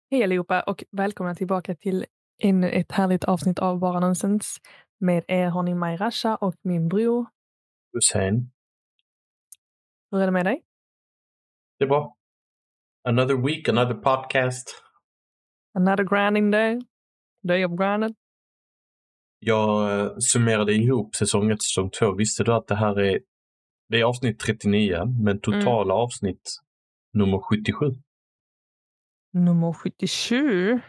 Hej allihopa och välkomna tillbaka till ännu ett härligt avsnitt av Bara Nonsens. Med er har ni mig Rasha och min bror Hussein. Hur är det med dig? Det är bra. Another week, another podcast. Another grinding day. Day of grinding. Jag summerade ihop säsong 1 och säsong 2. Visste du att det är avsnitt 39, men totala avsnitt nummer 77? Nummer 77?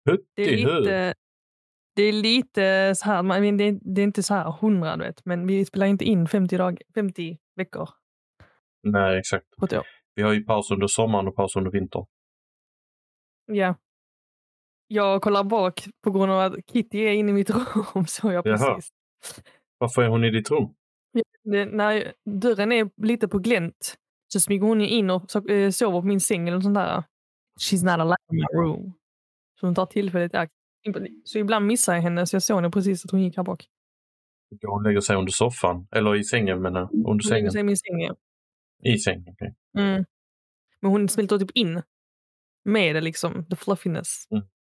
Det är lite så här, men det är inte så här 100, vet, men vi spelar inte in 50 veckor. Nej, exakt. Vi har ju paus under sommaren och paus under vintern. Ja. Jag kollar bak på grund av att Kitty är inne i mitt rum, så jag precis. Varför är hon i ditt rum? När dörren är lite på glänt så smyger hon in och sover på min säng eller sånt där. She's not allowed in my room. Så hon tar tillfället i akt. Så ibland missar jag henne, så jag såg henne precis att hon gick här bak. Hon lägger sig under soffan. Eller i sängen, men under sängen. Lägger sig i min säng, ja. I sängen, okej. Men hon smälter typ in med det liksom, the fluffiness.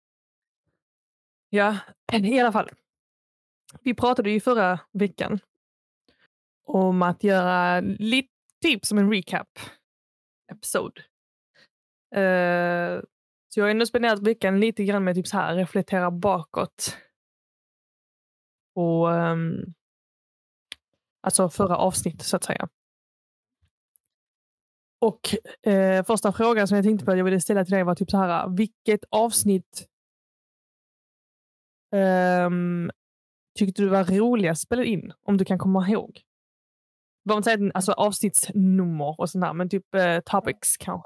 Ja, i alla fall. Vi pratade ju förra veckan om att göra lite typ som en recap-episode. Så jag har ändå spenderat veckan lite grann med typ så här, reflektera bakåt. Och alltså förra avsnittet så att säga. Och första frågan som jag tänkte på att jag ville ställa till dig var typ så här, vilket avsnitt tyckte du var roligast att spela in, om du kan komma ihåg? Vad man säger, alltså avsnittsnummer och sånt där, men typ topics kanske.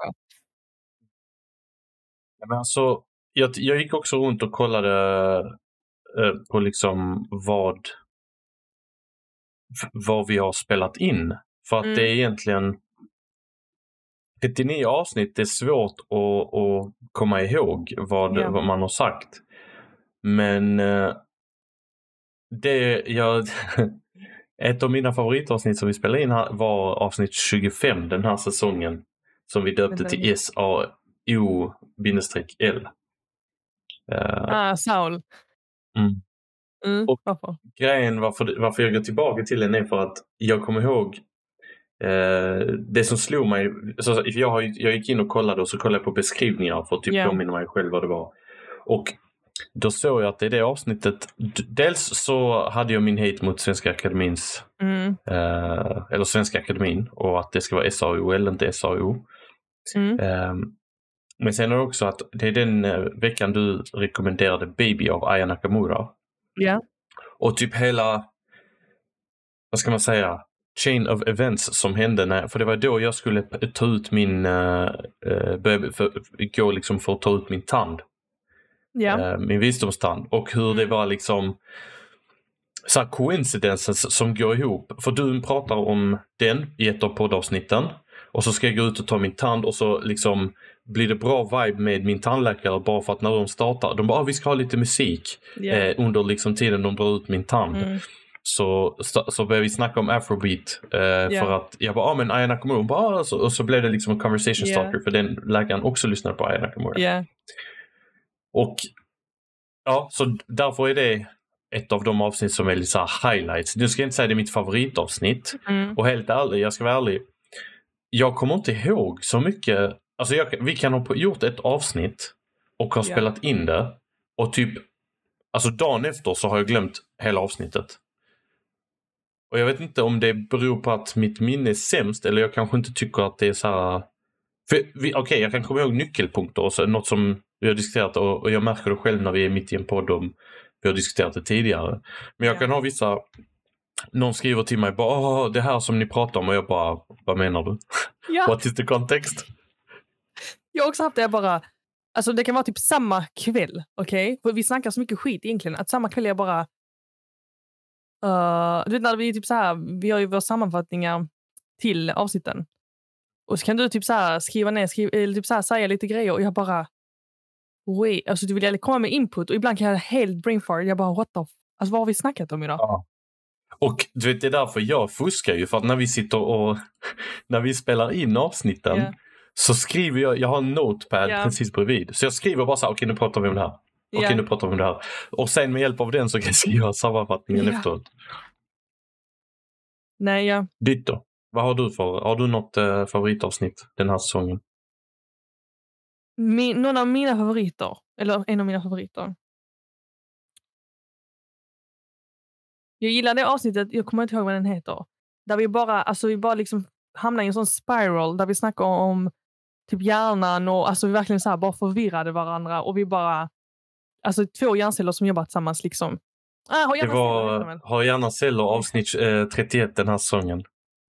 Ja, men alltså, jag gick också runt och kollade på liksom vad vi har spelat in. För att det är egentligen 39 avsnitt, det är svårt att komma ihåg vad man har sagt. Men ett av mina favoritavsnitt som vi spelade in här var avsnitt 25 den här säsongen. Som vi döpte till SAO-L. Saul. Och grejen varför jag går tillbaka till den är för att jag kommer ihåg det som slog mig. Så jag gick in och kollade, och så kollade jag på beskrivningar för att typ påminna mig själv vad det var. Och då såg jag att i det avsnittet, dels så hade jag min hate mot Svenska Akademins eller Svenska Akademin, och att det ska vara SAO eller inte SAO. Men sen är det också att det är den veckan du rekommenderade Baby av Aya Nakamura. Ja. Och typ hela, vad ska man säga, chain of events som hände för det var då jag skulle ta ut min gå liksom för att ta ut min tand. Min visdomstand, och hur det var liksom så här coincidences som går ihop. För du pratar om den i ett av poddavsnitten, och så ska jag gå ut och ta min tand, och så liksom blir det bra vibe med min tandläkare, bara för att när de startar, de bara vi ska ha lite musik under liksom tiden de drar ut min tand. Så började vi snacka om Afrobeat för att jag bara, men Aya Nakamura bara, och så blev det liksom en conversation starter, för den läkaren också lyssnade på Aya Nakamura. Och ja, så därför är det ett av de avsnitt som är lite så här highlights. Nu ska jag inte säga det är mitt favoritavsnitt. Och helt ärligt, jag ska vara ärlig, jag kommer inte ihåg så mycket. Alltså vi kan ha gjort ett avsnitt och ha spelat in det, och typ alltså dagen efter så har jag glömt hela avsnittet. Och jag vet inte om det beror på att mitt minne är sämst, eller jag kanske inte tycker att det är så här. Okej, jag kan komma ihåg nyckelpunkter och så, något som vi har diskuterat, och jag märker det själv när vi är mitt i en podd om vi har diskuterat det tidigare. Men jag kan ha vissa, någon skriver till mig bara, det här som ni pratar om, och jag bara, vad menar du? What is the context? Jag har också haft det bara, alltså det kan vara typ samma kväll, okej? För vi snackar så mycket skit egentligen, att samma kväll jag bara du vet när vi typ så här, vi har ju våra sammanfattningar till avsnitten. Och så kan du typ så här skriva ner, eller typ så här säga lite grejer, och jag bara wait, alltså du vill komma med input, och ibland kan jag helt brain fart, jag bara what the alltså vad har vi snackat om idag? Ja. Och du vet, det är därför jag fuskar ju, för att när vi sitter och när vi spelar in avsnitten så skriver jag har en notepad precis bredvid. Så jag skriver bara så här, okej, nu pratar vi om det här. Okej, nu pratar vi om det här. Och sen med hjälp av den så kan jag skriva sammanfattningen efteråt. Nej, Ditt då? Vad har du för? Har du något favoritavsnitt den här säsongen? Någon av mina favoriter. Eller en av mina favoriter. Jag gillar det avsnittet, jag kommer inte ihåg vad den heter. Där vi bara liksom hamnar i en sån spiral där vi snackar om typ hjärnan och alltså vi verkligen så här bara förvirrade varandra och vi bara alltså 2 hjärnceller som jobbar tillsammans liksom. Har hjärnceller avsnitt 31 den här säsongen.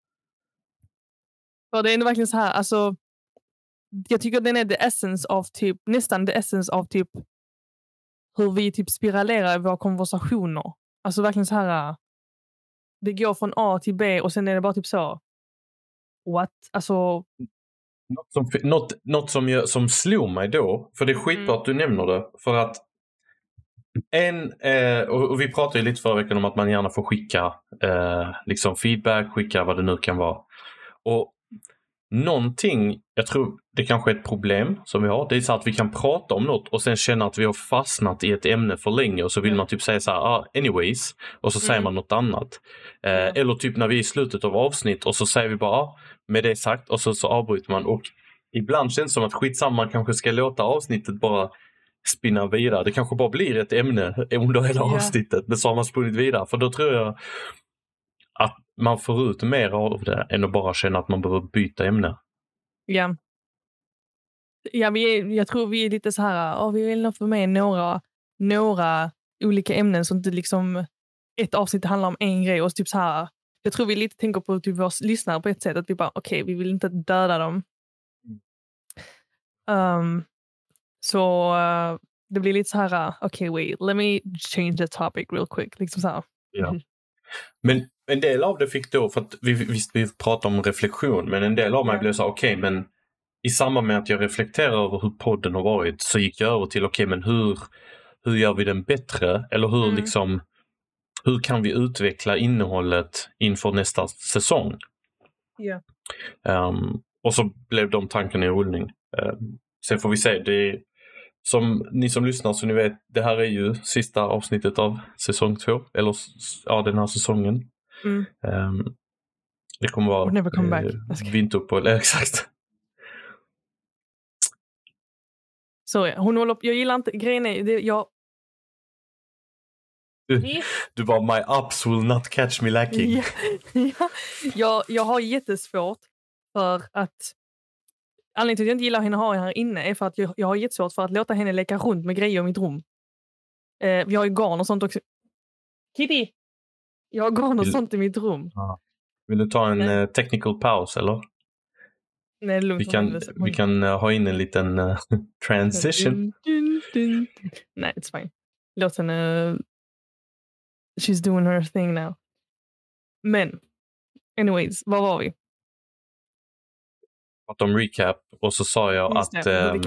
För det är verkligen så här, alltså jag tycker den är nästan the essence av typ hur vi typ spiralerar i våra konversationer. Alltså verkligen så här, det går från A till B och sen är det bara typ så. What? Alltså något som slog mig då, för det är skitbra att du nämner det, för att och vi pratade ju lite förra veckan om att man gärna får skicka liksom feedback, skicka vad det nu kan vara. Och någonting, jag tror det kanske är ett problem som vi har, det är så att vi kan prata om något och sen känna att vi har fastnat i ett ämne för länge och så vill man typ säga så här, anyways, och så säger man något annat. Eller typ när vi är i slutet av avsnitt och så säger vi bara, med det sagt, och så avbryter man. Och ibland känns det som att skitsamma, man kanske ska låta avsnittet bara spinna vidare. Det kanske bara blir ett ämne under hela avsnittet, men så har man spunnit vidare. För då tror jag att man får ut mer av det än att bara känna att man behöver byta ämne. Ja. Jag tror vi är lite så här, vi vill nog få med några olika ämnen som inte liksom ett avsnitt handlar om en grej och typ så här. Jag tror vi lite tänker på typ våra lyssnare på ett sätt att vi bara vi vill inte döda dem. Så det blir lite så här, wait, let me change the topic real quick. Liksom så här. Ja. Men en del av det fick då, för att vi pratar om reflektion, men en del av mig blev så men i samband med att jag reflekterar över hur podden har varit så gick jag över till men hur gör vi den bättre? Eller hur liksom, hur kan vi utveckla innehållet inför nästa säsong? Och så blev de tankarna i rullning. Sen får vi se, det som ni som lyssnar, så ni vet, det här är ju sista avsnittet av säsong 2, eller den här säsongen. Det kommer vara vinteruppehåll, exakt. Så jag gillar inte grejen du bara, my ups will not catch me lacking. Jag har jättesvårt för att anledningen till att jag inte gillar henne ha här inne är för att jag har jättesvårt för att låta henne leka runt med grejer i mitt rum. Vi har ju garn och sånt också. Kitty! Jag har garn och sånt i mitt rum. Vill du ta en technical paus eller? Nej, lugnt. Vi kan ha in en liten transition. Nej, it's fine. Låt henne... She's doing her thing now. Men, anyways, var var vi? Om recap och så sa jag att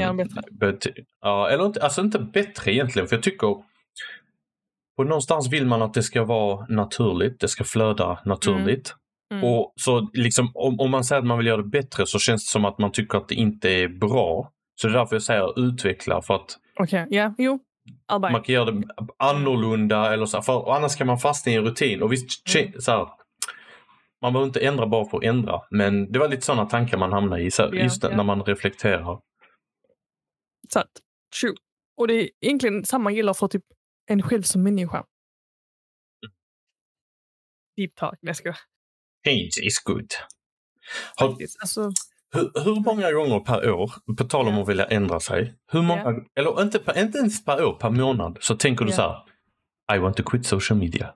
eller inte, alltså inte bättre egentligen, för jag tycker på någonstans vill man att det ska vara naturligt, det ska flöda naturligt. Och så liksom om man säger att man vill göra det bättre så känns det som att man tycker att det inte är bra. Så det är därför jag säger utveckla, för att man kan göra det annorlunda eller så, för annars kan man fastna i en rutin. Och visst så här, man behöver inte ändra bara för att ändra, men det var lite sådana tankar man hamnar i just när man reflekterar. Så true. Och det är egentligen samma gillar för typ en själv som människa. Deep talk, jag ska. Change is good. Hur många gånger per år, på tal om att vilja ändra sig, hur många, eller inte ens per år, per månad, så tänker du så här, I want to quit social media?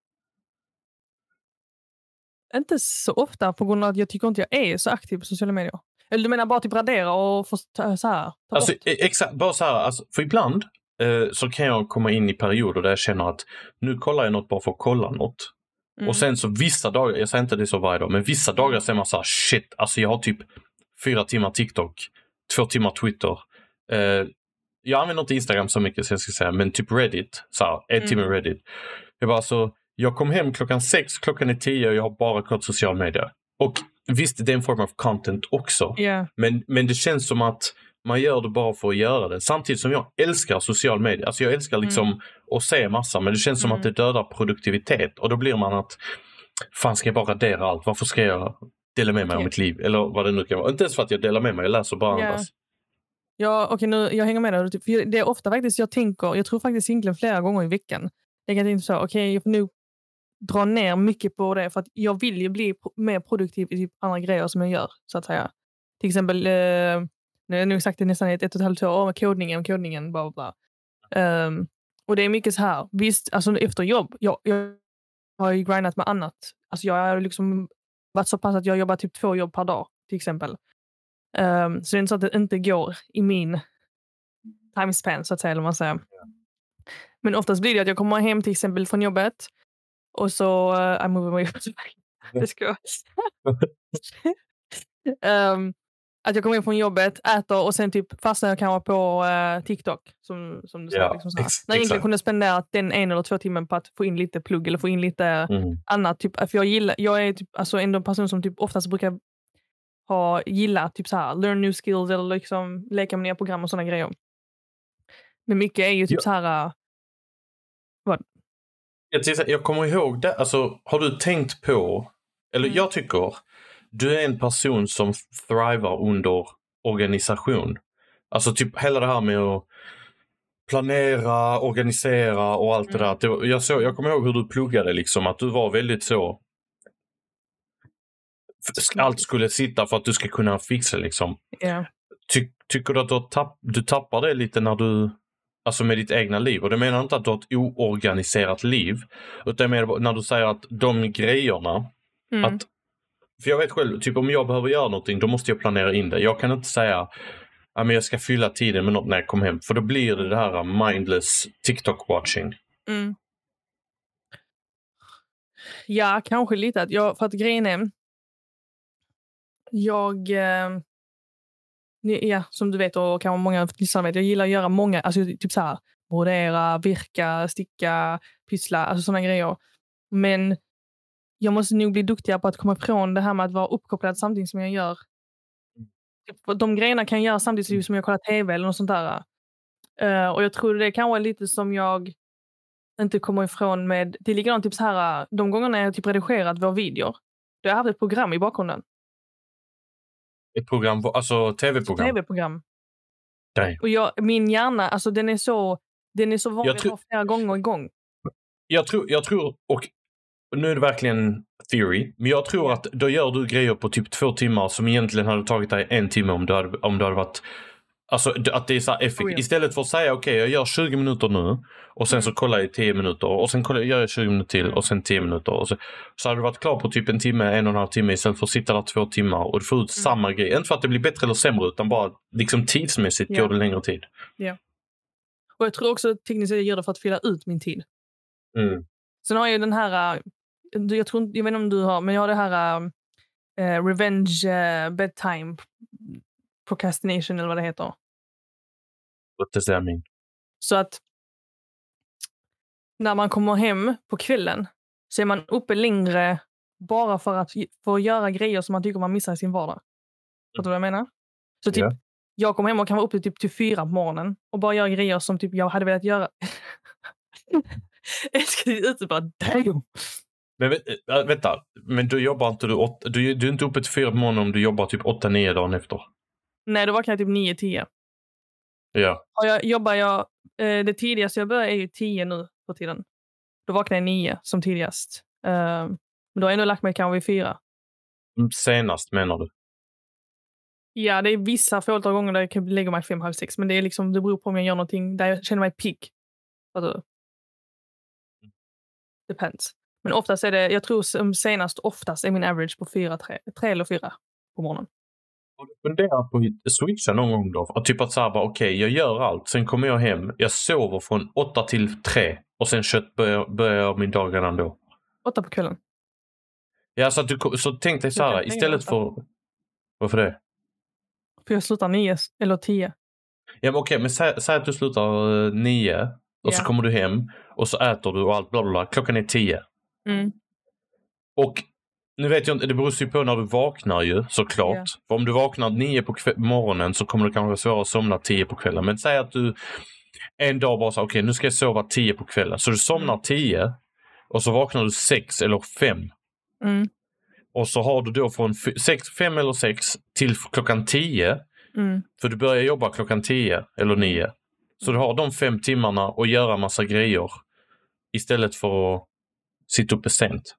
Inte så ofta, på grund av att jag tycker inte jag är så aktiv på sociala medier. Eller du menar bara typ radera och få så här, ta alltså, bort? Exakt, bara så här, alltså, för ibland så kan jag komma in i perioder där jag känner att nu kollar jag något bara för att kolla något. Och sen så vissa dagar, jag säger inte det så varje dag, men vissa dagar säger man så här, shit, alltså jag har typ 4 timmar TikTok, 2 timmar Twitter. Jag använder inte Instagram så mycket så jag ska säga, men typ Reddit, så här, 1 timme Reddit. Jag bara jag kom hem 6:00, 10:00 och jag har bara kollat social media. Och visst, det är en form av content också. Yeah. Men det känns som att man gör det bara för att göra det. Samtidigt som jag älskar social media. Alltså jag älskar liksom att se massa. Men det känns som att det dödar produktivitet. Och då blir man att fan, ska jag bara radera allt? Varför ska jag dela med mig om mitt liv? Eller vad det nu kan vara. Inte ens för att jag delar med mig. Jag läser bara andras. Ja, okej, nu, jag hänger med dig. För det är ofta faktiskt jag tror faktiskt egentligen flera gånger i veckan. Jag kan tänka så, okej, jag får nu dra ner mycket på det. För att jag vill ju bli mer produktiv i typ andra grejer som jag gör, så att säga. Till exempel, nu har jag nog sagt det nästan 1,5 år, kodningen, bla bla bla. Och det är mycket så här, visst, alltså efter jobb, jag har ju grindat med annat. Alltså jag har liksom varit så pass att jag jobbar typ 2 jobb per dag, till exempel. Så det är inte så att det inte går i min time span, så att säga, eller man säger. Men oftast blir det att jag kommer hem till exempel från jobbet och så I'm moving away from det ska att jag kommer hem från jobbet, äter och sen typ fastnar jag kanske på TikTok som du sa. Liksom så här. När jag egentligen kunde spendera den 1 eller 2 timmar på att få in lite plugg eller få in lite annat. Typ, för jag är typ, alltså ändå en person som typ oftast brukar gilla typ så här, learn new skills eller liksom leka med nya program och sådana grejer. Men mycket är ju typ så här... Vad? Jag kommer ihåg det. Alltså, har du tänkt på... Eller jag tycker... Du är en person som thrivar under organisation. Alltså typ hela det här med att planera, organisera och allt det där. Jag kommer ihåg hur du pluggade liksom. Att du var väldigt så... Allt skulle sitta för att du ska kunna fixa liksom. Yeah. Tycker du att du tappar det lite när du... Alltså med ditt egna liv. Och det menar inte att du har ett oorganiserat liv. Utan när du säger att de grejerna... Att, för jag vet själv, typ om jag behöver göra någonting, då måste jag planera in det. Jag kan inte säga men jag ska fylla tiden med något när jag kommer hem. För då blir det här mindless TikTok-watching. Ja, kanske lite. För att grejen är... som du vet och kanske många lyssnare vet, jag gillar att göra många, alltså typ så här, brodera, virka, sticka, pyssla, alltså sådana grejer. Men jag måste nog bli duktigare på att komma ifrån det här med att vara uppkopplad samtidigt som jag gör. De grejerna kan jag göra samtidigt som jag kollar tv eller något sånt där. Och jag tror det kan vara lite som jag inte kommer ifrån med, det är likadant typ så här, de gångerna jag typ redigerat våra videor, då har jag haft ett program i bakgrunden. Ett program, alltså tv-program? Tv-program. Nej. Och min hjärna, alltså den är så van att ha flera gånger igång. Jag tror, och nu är det verkligen theory, men jag tror att då gör du grejer på typ 2 timmar som egentligen hade tagit dig 1 timme om du hade varit... Alltså att det är så här effektivt. Istället för att säga okej, jag gör 20 minuter nu och sen så kollar jag i 10 minuter och sen gör jag 20 minuter till och sen 10 minuter. Och så hade du varit klar på typ 1 timme, 1,5 timme istället för att sitta där 2 timmar och du får ut samma grej. Inte för att det blir bättre eller sämre utan bara liksom tidsmässigt går det längre tid. Ja. Och jag tror också tekniskt sett jag gör det för att fylla ut min tid. Sen har jag ju den här, jag vet inte om du har, men jag har det här revenge bedtime procrastination eller vad det heter. What does that mean? Så att när man kommer hem på kvällen så är man uppe längre bara för att få göra grejer som man tycker man missar i sin vardag. Förstår du vad jag menar? Så typ, jag kommer hem och kan vara uppe typ till 4 på morgonen och bara göra grejer som typ jag hade velat göra. Jag ska ut och bara, damn. Men vänta, men du jobbar inte du är inte uppe till 4 på morgonen om du jobbar typ 8-9 dagen efter? Nej, då vaknar jag typ 9-10. Ja. Och jobbar jag, det tidigaste jag börjar är ju 10 nu på tiden. Då vaknar jag 9 som tidigast. Men då har jag ändå lagt mig kanske vid 4. Senast menar du? Ja, det är vissa fåtal gånger där jag kan lägga mig 5-6. Men det är liksom, det beror på om jag gör någonting där jag känner mig pigg. Alltså, depends. Men oftast är det, jag tror som senast oftast är min average på 3 eller 4 på morgonen. Har du funderat på att switcha någon gång då? Att typ att säga bara okej, jag gör allt. Sen kommer jag hem. Jag sover från 8 till 3. Och sen börjar jag min dag redan då. 8 på kvällen. Ja, så tänk dig så här. Istället för... Varför det? För jag slutar 9 eller 10. Ja, men okej. Men säg att du slutar 9. Och så kommer du hem. Och så äter du och allt bla bla bla. Klockan är 10. Mm. Och Nu vet jag inte, det beror ju på när du vaknar ju, såklart. Yeah. För om du vaknar 9 på morgonen så kommer det kanske vara svårare att somna 10 på kvällen. Men säg att du en dag bara så, okej, nu ska jag sova 10 på kvällen. Så du somnar 10 och så vaknar du 6 eller 5. Mm. Och så har du då från 5 eller 6 till klockan 10. För du börjar jobba klockan 10 eller 9. Så du har de 5 timmarna och göra massa grejer istället för att sitta uppe sent.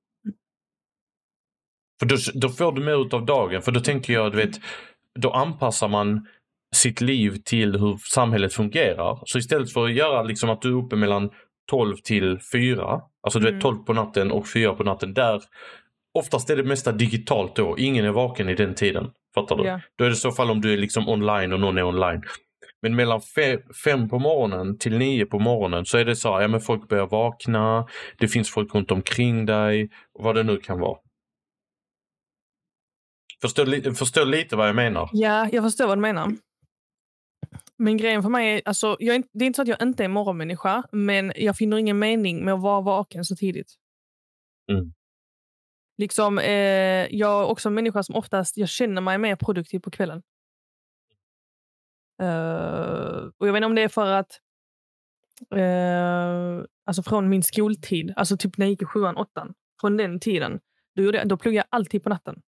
För då får du mer ut av dagen. För då tänker jag, du vet, då anpassar man sitt liv till hur samhället fungerar. Så istället för att göra liksom att du är uppe mellan 12 till 4, alltså du vet 12 på natten och 4 på natten, där oftast är det mesta digitalt då. Ingen är vaken i den tiden. Fattar du? Yeah. Då är det så fall om du är liksom online och någon är online. Men mellan 5 på morgonen till 9 på morgonen så är det så här, ja men folk börjar vakna, det finns folk runt omkring dig, vad det nu kan vara. Förstår lite vad jag menar? Ja, jag förstår vad du menar. Men grejen för mig är, alltså, det är inte så att jag inte är morgonmänniska, men jag finner ingen mening med att vara vaken så tidigt. Liksom, jag är också en människa som oftast, jag känner mig mer produktiv på kvällen. Och jag vet inte om det är för att alltså från min skoltid, alltså typ när jag gick i 7:an, 8:an, från den tiden, då pluggade jag alltid på natten.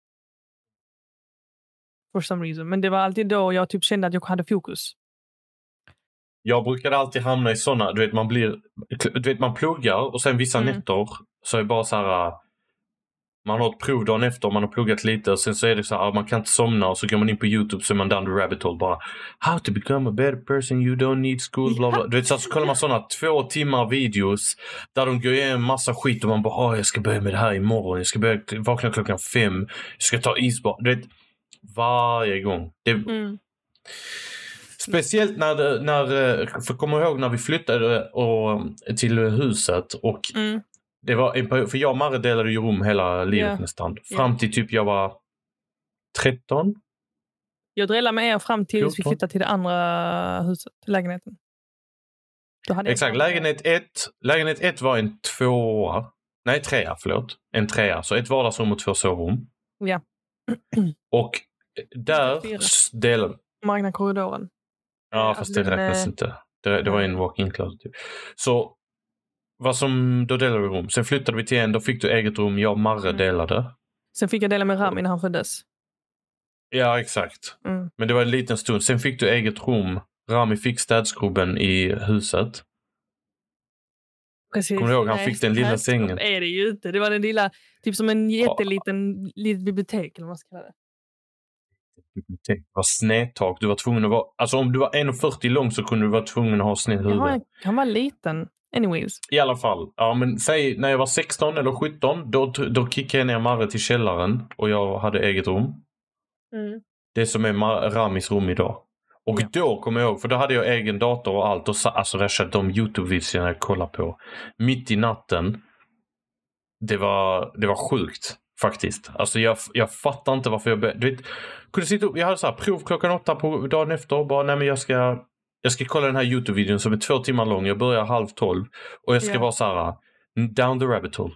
For some reason. Men det var alltid då jag typ kände att jag hade fokus. Jag brukade alltid hamna i sådana, du vet man pluggar och sen vissa nätter så är det bara så här, man har ett prov dagen efter, man har pluggat lite och sen så är det så här, man kan inte somna och så går man in på YouTube så är man down the rabbit hole bara, how to become a better person, you don't need school, bla bla. Du vet, så kollar man sådana 2 timmar videos där de går igenom massa skit och man bara, jag ska börja med det här imorgon, jag ska börja vakna klockan 5, jag ska ta isbad, du vet, varje gång. Speciellt när för kommer ihåg när vi flyttade till huset och det var för jag och Marre delade ju rum hela livet nästan. Fram till typ jag var 13. Jag delade med er fram tills vi flyttade till det andra huset, lägenheten. Exakt, lägenhet 1 var en 3:a, förlåt. En 3:a, så ett vardagsrum och 2 sovrum. Ja. Och där delade Magna korridoren. Ja, fast det räknas inte. Det var en walk-in closet typ. Så då delade vi rum. Sen flyttade vi till en, då fick du eget rum, jag och Marre delade. Sen fick jag dela med Rami när han föddes. Ja, exakt. Men det var en liten stund. Sen fick du eget rum. Rami fick städskrubben i huset. Precis. Kommer du ihåg? Han fick den lilla sängen. Är det ju inte. Det var den lilla, typ som en jätteliten litet bibliotek eller vad man ska kalla det. Bibliotek. Det var snedtak. Du var tvungen att vara, alltså om du var 1,40 lång så kunde du vara tvungen att ha sned huvud. Han var liten. Anyways. I alla fall. Ja, men säg när jag var 16 eller 17 då kickade jag ner Marre till källaren och jag hade eget rum. Det som är Ramis rum idag. Och då kommer jag ihåg, för då hade jag egen dator och allt och alltså där körde de YouTube-videorna jag kollade på mitt i natten. Det var sjukt faktiskt. Alltså jag fattar inte varför kunde sitta upp, jag hade så här prov klockan 8 på dagen efter och bara, nej men jag ska kolla den här YouTube-videon som är 2 timmar lång. Jag börjar 11:30 och jag ska vara så här down the rabbit hole.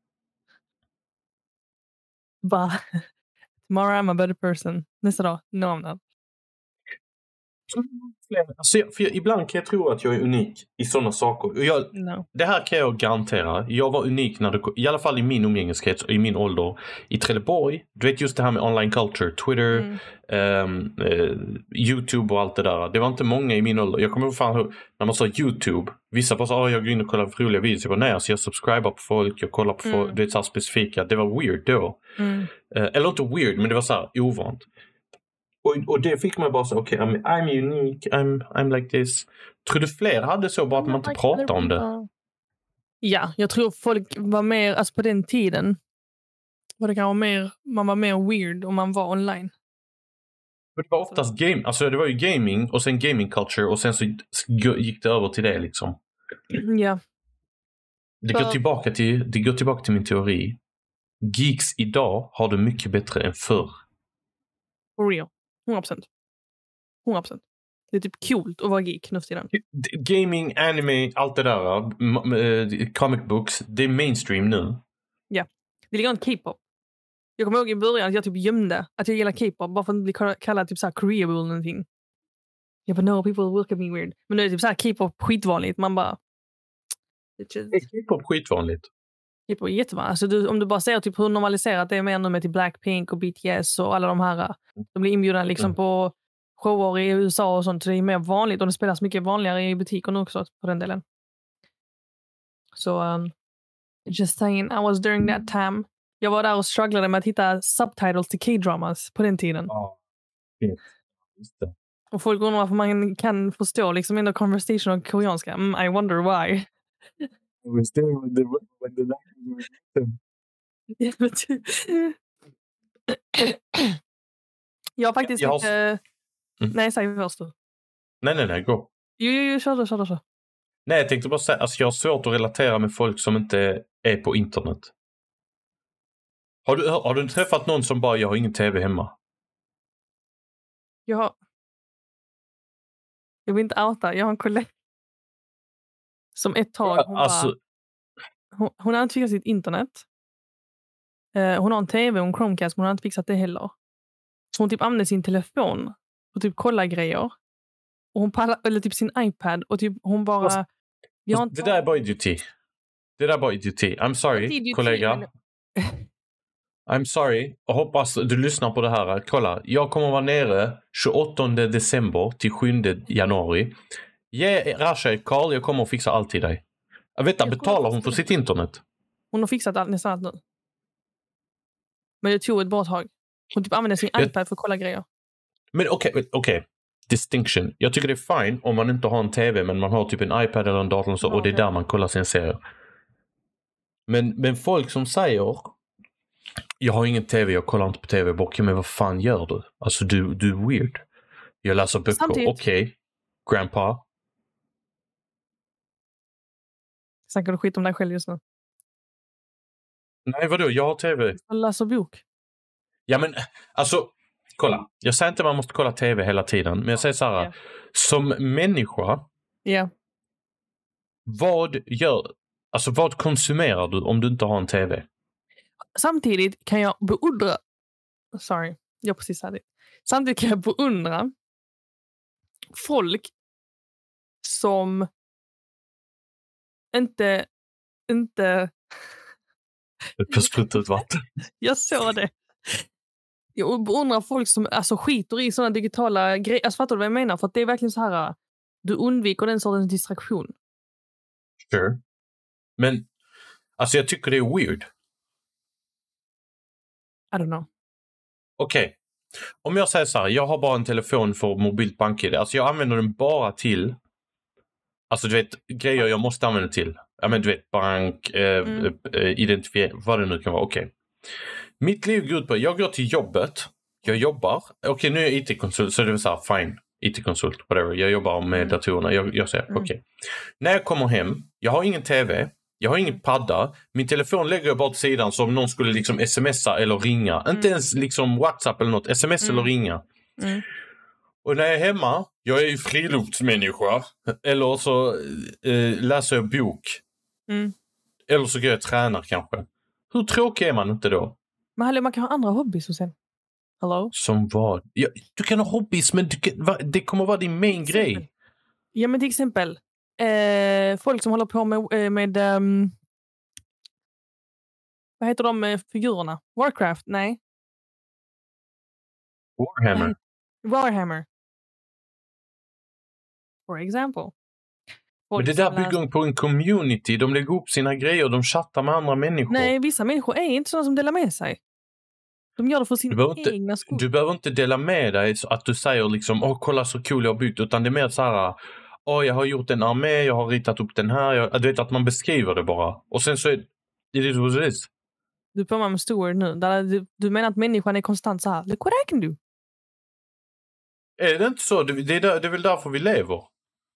Bara, tomorrow I'm a better person. Nästa dag, no I'm not. Alltså, för ibland kan jag tro att jag är unik i sådana saker. Det här kan jag garantera. Jag var unik i alla fall i min umgängeskrets och i min ålder i Trelleborg. Du vet just det här med online culture, Twitter, YouTube och allt det där. Det var inte många i min ålder. Jag kommer ihåg när man sa YouTube. Vissa bara sa, jag går in och kollar på roliga videos. Jag bara, nej, alltså jag subscribar på folk. Jag kollar på folk. Det är så här specifika. Det var weird då. Eller inte weird, men det var så här ovant. Och det fick man bara så, okej, I'm unique, I'm like this. Tror du fler hade så bara att man inte pratade om det? Ja, jag tror folk var mer, alltså på den tiden var det kanske mer, man var mer weird om man var online. Det var oftast alltså det var ju gaming och sen gaming culture och sen så gick det över till det liksom. Ja. Det går tillbaka till min teori. Geeks idag har det mycket bättre än förr. For real. 100%. Det är typ coolt att vara geek nu för tiden. Gaming, anime, allt det där. Comic books, det är mainstream nu. Ja. Det ligger inte K-pop. Jag kommer ihåg i början att jag typ gömde att jag gillar K-pop bara för att inte bli kallad typ såhär Koreable eller någonting. Jag bara, no, people look at me weird. Men nu är det typ såhär K-pop skitvanligt. Man bara... Är K-pop skitvanligt? K-pop är jättevanligt. Alltså om du bara ser typ hur normaliserat det är mer nu med till Blackpink och BTS och alla de här. De blir inbjudna liksom på shower i USA och sånt. Så det är mer vanligt och det spelas mycket vanligare i butiken också på den delen. Så just saying, I was during that time. Jag var där och strugglade med att hitta subtitles till K-dramas på den tiden. Ja, just det. Och folk undrar varför man kan förstå liksom in the conversation av koreanska. I wonder why. Jag har faktiskt inte... Nej, säg först då. Nej, gå. Jo, kör då. Nej, jag tänkte bara säga, alltså jag har svårt att relatera med folk som inte är på internet. Har du träffat någon som bara, jag har ingen tv hemma? Jag vill inte outa. Jag har en kollega som ett tag hon har inte fixat sitt internet. Hon har en tv och en Chromecast, men hon har inte fixat det heller. Så hon typ använder sin telefon och typ kollar grejer. Och hon pallar, eller typ sin iPad och typ hon bara... Det där är bara idioti. I'm sorry, kollega. I'm sorry. Och hoppas du lyssnar på det här. Kolla, jag kommer vara nere 28 december till 7 januari. Ge Rasha Karl, jag kommer att fixa allt till dig. Jag vet inte, betalar hon för sitt internet? Hon har fixat nästan allt nu. Men det tog ett bra tag. Hon typ använder sin iPad för att kolla grejer. Men okej. Distinction. Jag tycker det är fine om man inte har en tv men man har typ en iPad eller en dator och så, och det är där man kollar sin serie. Men folk som säger jag har ingen tv, jag kollar inte på tv, men vad fan gör du? Alltså du är weird. Jag läser böcker. Okej. Grandpa. Snackar du skit om dig själv just nu? Nej, vadå? Jag har tv. Jag läser bok. Ja, men alltså, kolla. Jag säger inte att man måste kolla tv hela tiden, men jag säger så här. Som människa, vad konsumerar du om du inte har en tv? Samtidigt kan jag beundra... Sorry, jag precis sa det. Samtidigt kan jag beundra folk som inte... Jag sprutar ut vatten. Jag såg det. Jag beundrar folk som skiter i sådana digitala grejer. Alltså, fattar du vad jag menar? För att det är verkligen så här... Du undviker den sortens distraktion. Sure. Men alltså jag tycker det är weird. I don't know. Okej. Om jag säger så här, jag har bara en telefon för mobilt bank-ID. Alltså jag använder den bara till, alltså du vet, grejer jag måste använda till. Ja men du vet, bank, identifiera, vad det nu kan vara. Okej. Mitt liv går ut på, jag går till jobbet, jag jobbar. Okej, nu är jag IT-konsult, så det är så här, fine. IT-konsult, whatever. Jag jobbar med datorerna. Jag säger, okej. När jag kommer hem, jag har ingen tv, jag har ingen padda. Min telefon lägger jag bara till sidan som om någon skulle liksom smsa eller ringa. Inte ens liksom WhatsApp eller något. SMS eller ringa. Och när jag är hemma, jag är ju friluftsmänniska. Eller så läser jag bok. Eller så går jag och tränar kanske. Hur tråkig är man inte då? Men hallå, man kan ha andra hobbys och sen. Hello? Som vad? Ja, du kan ha hobbys, men det kommer vara din main grej. Ja, men till exempel folk som håller på med vad heter de figurerna? Warcraft? Nej. Warhammer. For example. Men det där bygger på en community. De lägger upp sina grejer, de chattar med andra människor. Nej, vissa människor är inte sådana som delar med sig. De gör det för sin egna skull. Du behöver inte dela med dig så att du säger liksom, kolla så cool jag har byggt. Utan det är mer så här, jag har gjort en armé, jag har ritat upp den här. Du vet att man beskriver det bara. Och sen så är det what it is. Du pratar med Stewart nu. Du menar att människan är konstant så här, look what I can do. Är det inte så? Det är väl därför vi lever.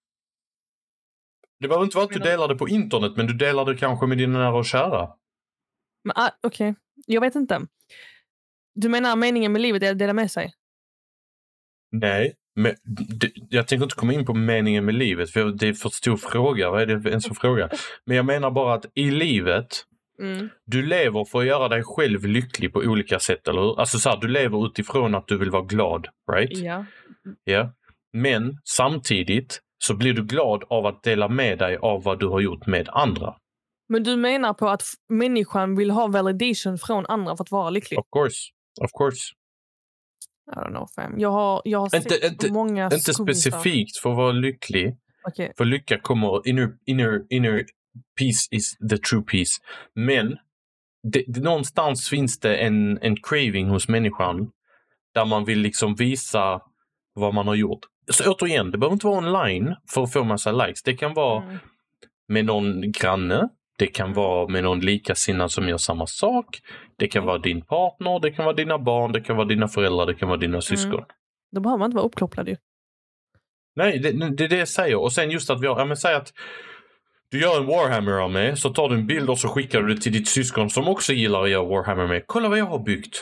Det behöver inte vara att du delar det på internet, men du delar det kanske med dina nära och kära. Okej. Jag vet inte. Du menar meningen med livet är att dela med sig? Nej, men jag tänker inte komma in på meningen med livet, för det är för stor fråga. Vad är det ens för fråga? Men jag menar bara att i livet Du lever för att göra dig själv lycklig på olika sätt, eller hur? Alltså så här, du lever utifrån att du vill vara glad, right? Ja. Ja. Men samtidigt så blir du glad av att dela med dig av vad du har gjort med andra. Men du menar på att människan vill ha validation från andra för att vara lycklig? Of course. I don't know, fam. Jag har sett många inte specifikt för att vara lycklig. Okay. För lycka kommer inner peace is the true peace. Men någonstans finns det en craving hos människan där man vill liksom visa vad man har gjort. Så återigen, det behöver inte vara online för att få massa likes. Det kan vara med någon granne. Det kan vara med någon likasinnad som gör samma sak. Det kan vara din partner, det kan vara dina barn, det kan vara dina föräldrar, det kan vara dina syskon. Då behöver man inte vara uppkopplad ju. Nej, det är det jag säger. Och sen just att säg att du gör en Warhammer av mig, så tar du en bild och så skickar du det till ditt syskon som också gillar att göra Warhammer med. Kolla vad jag har byggt.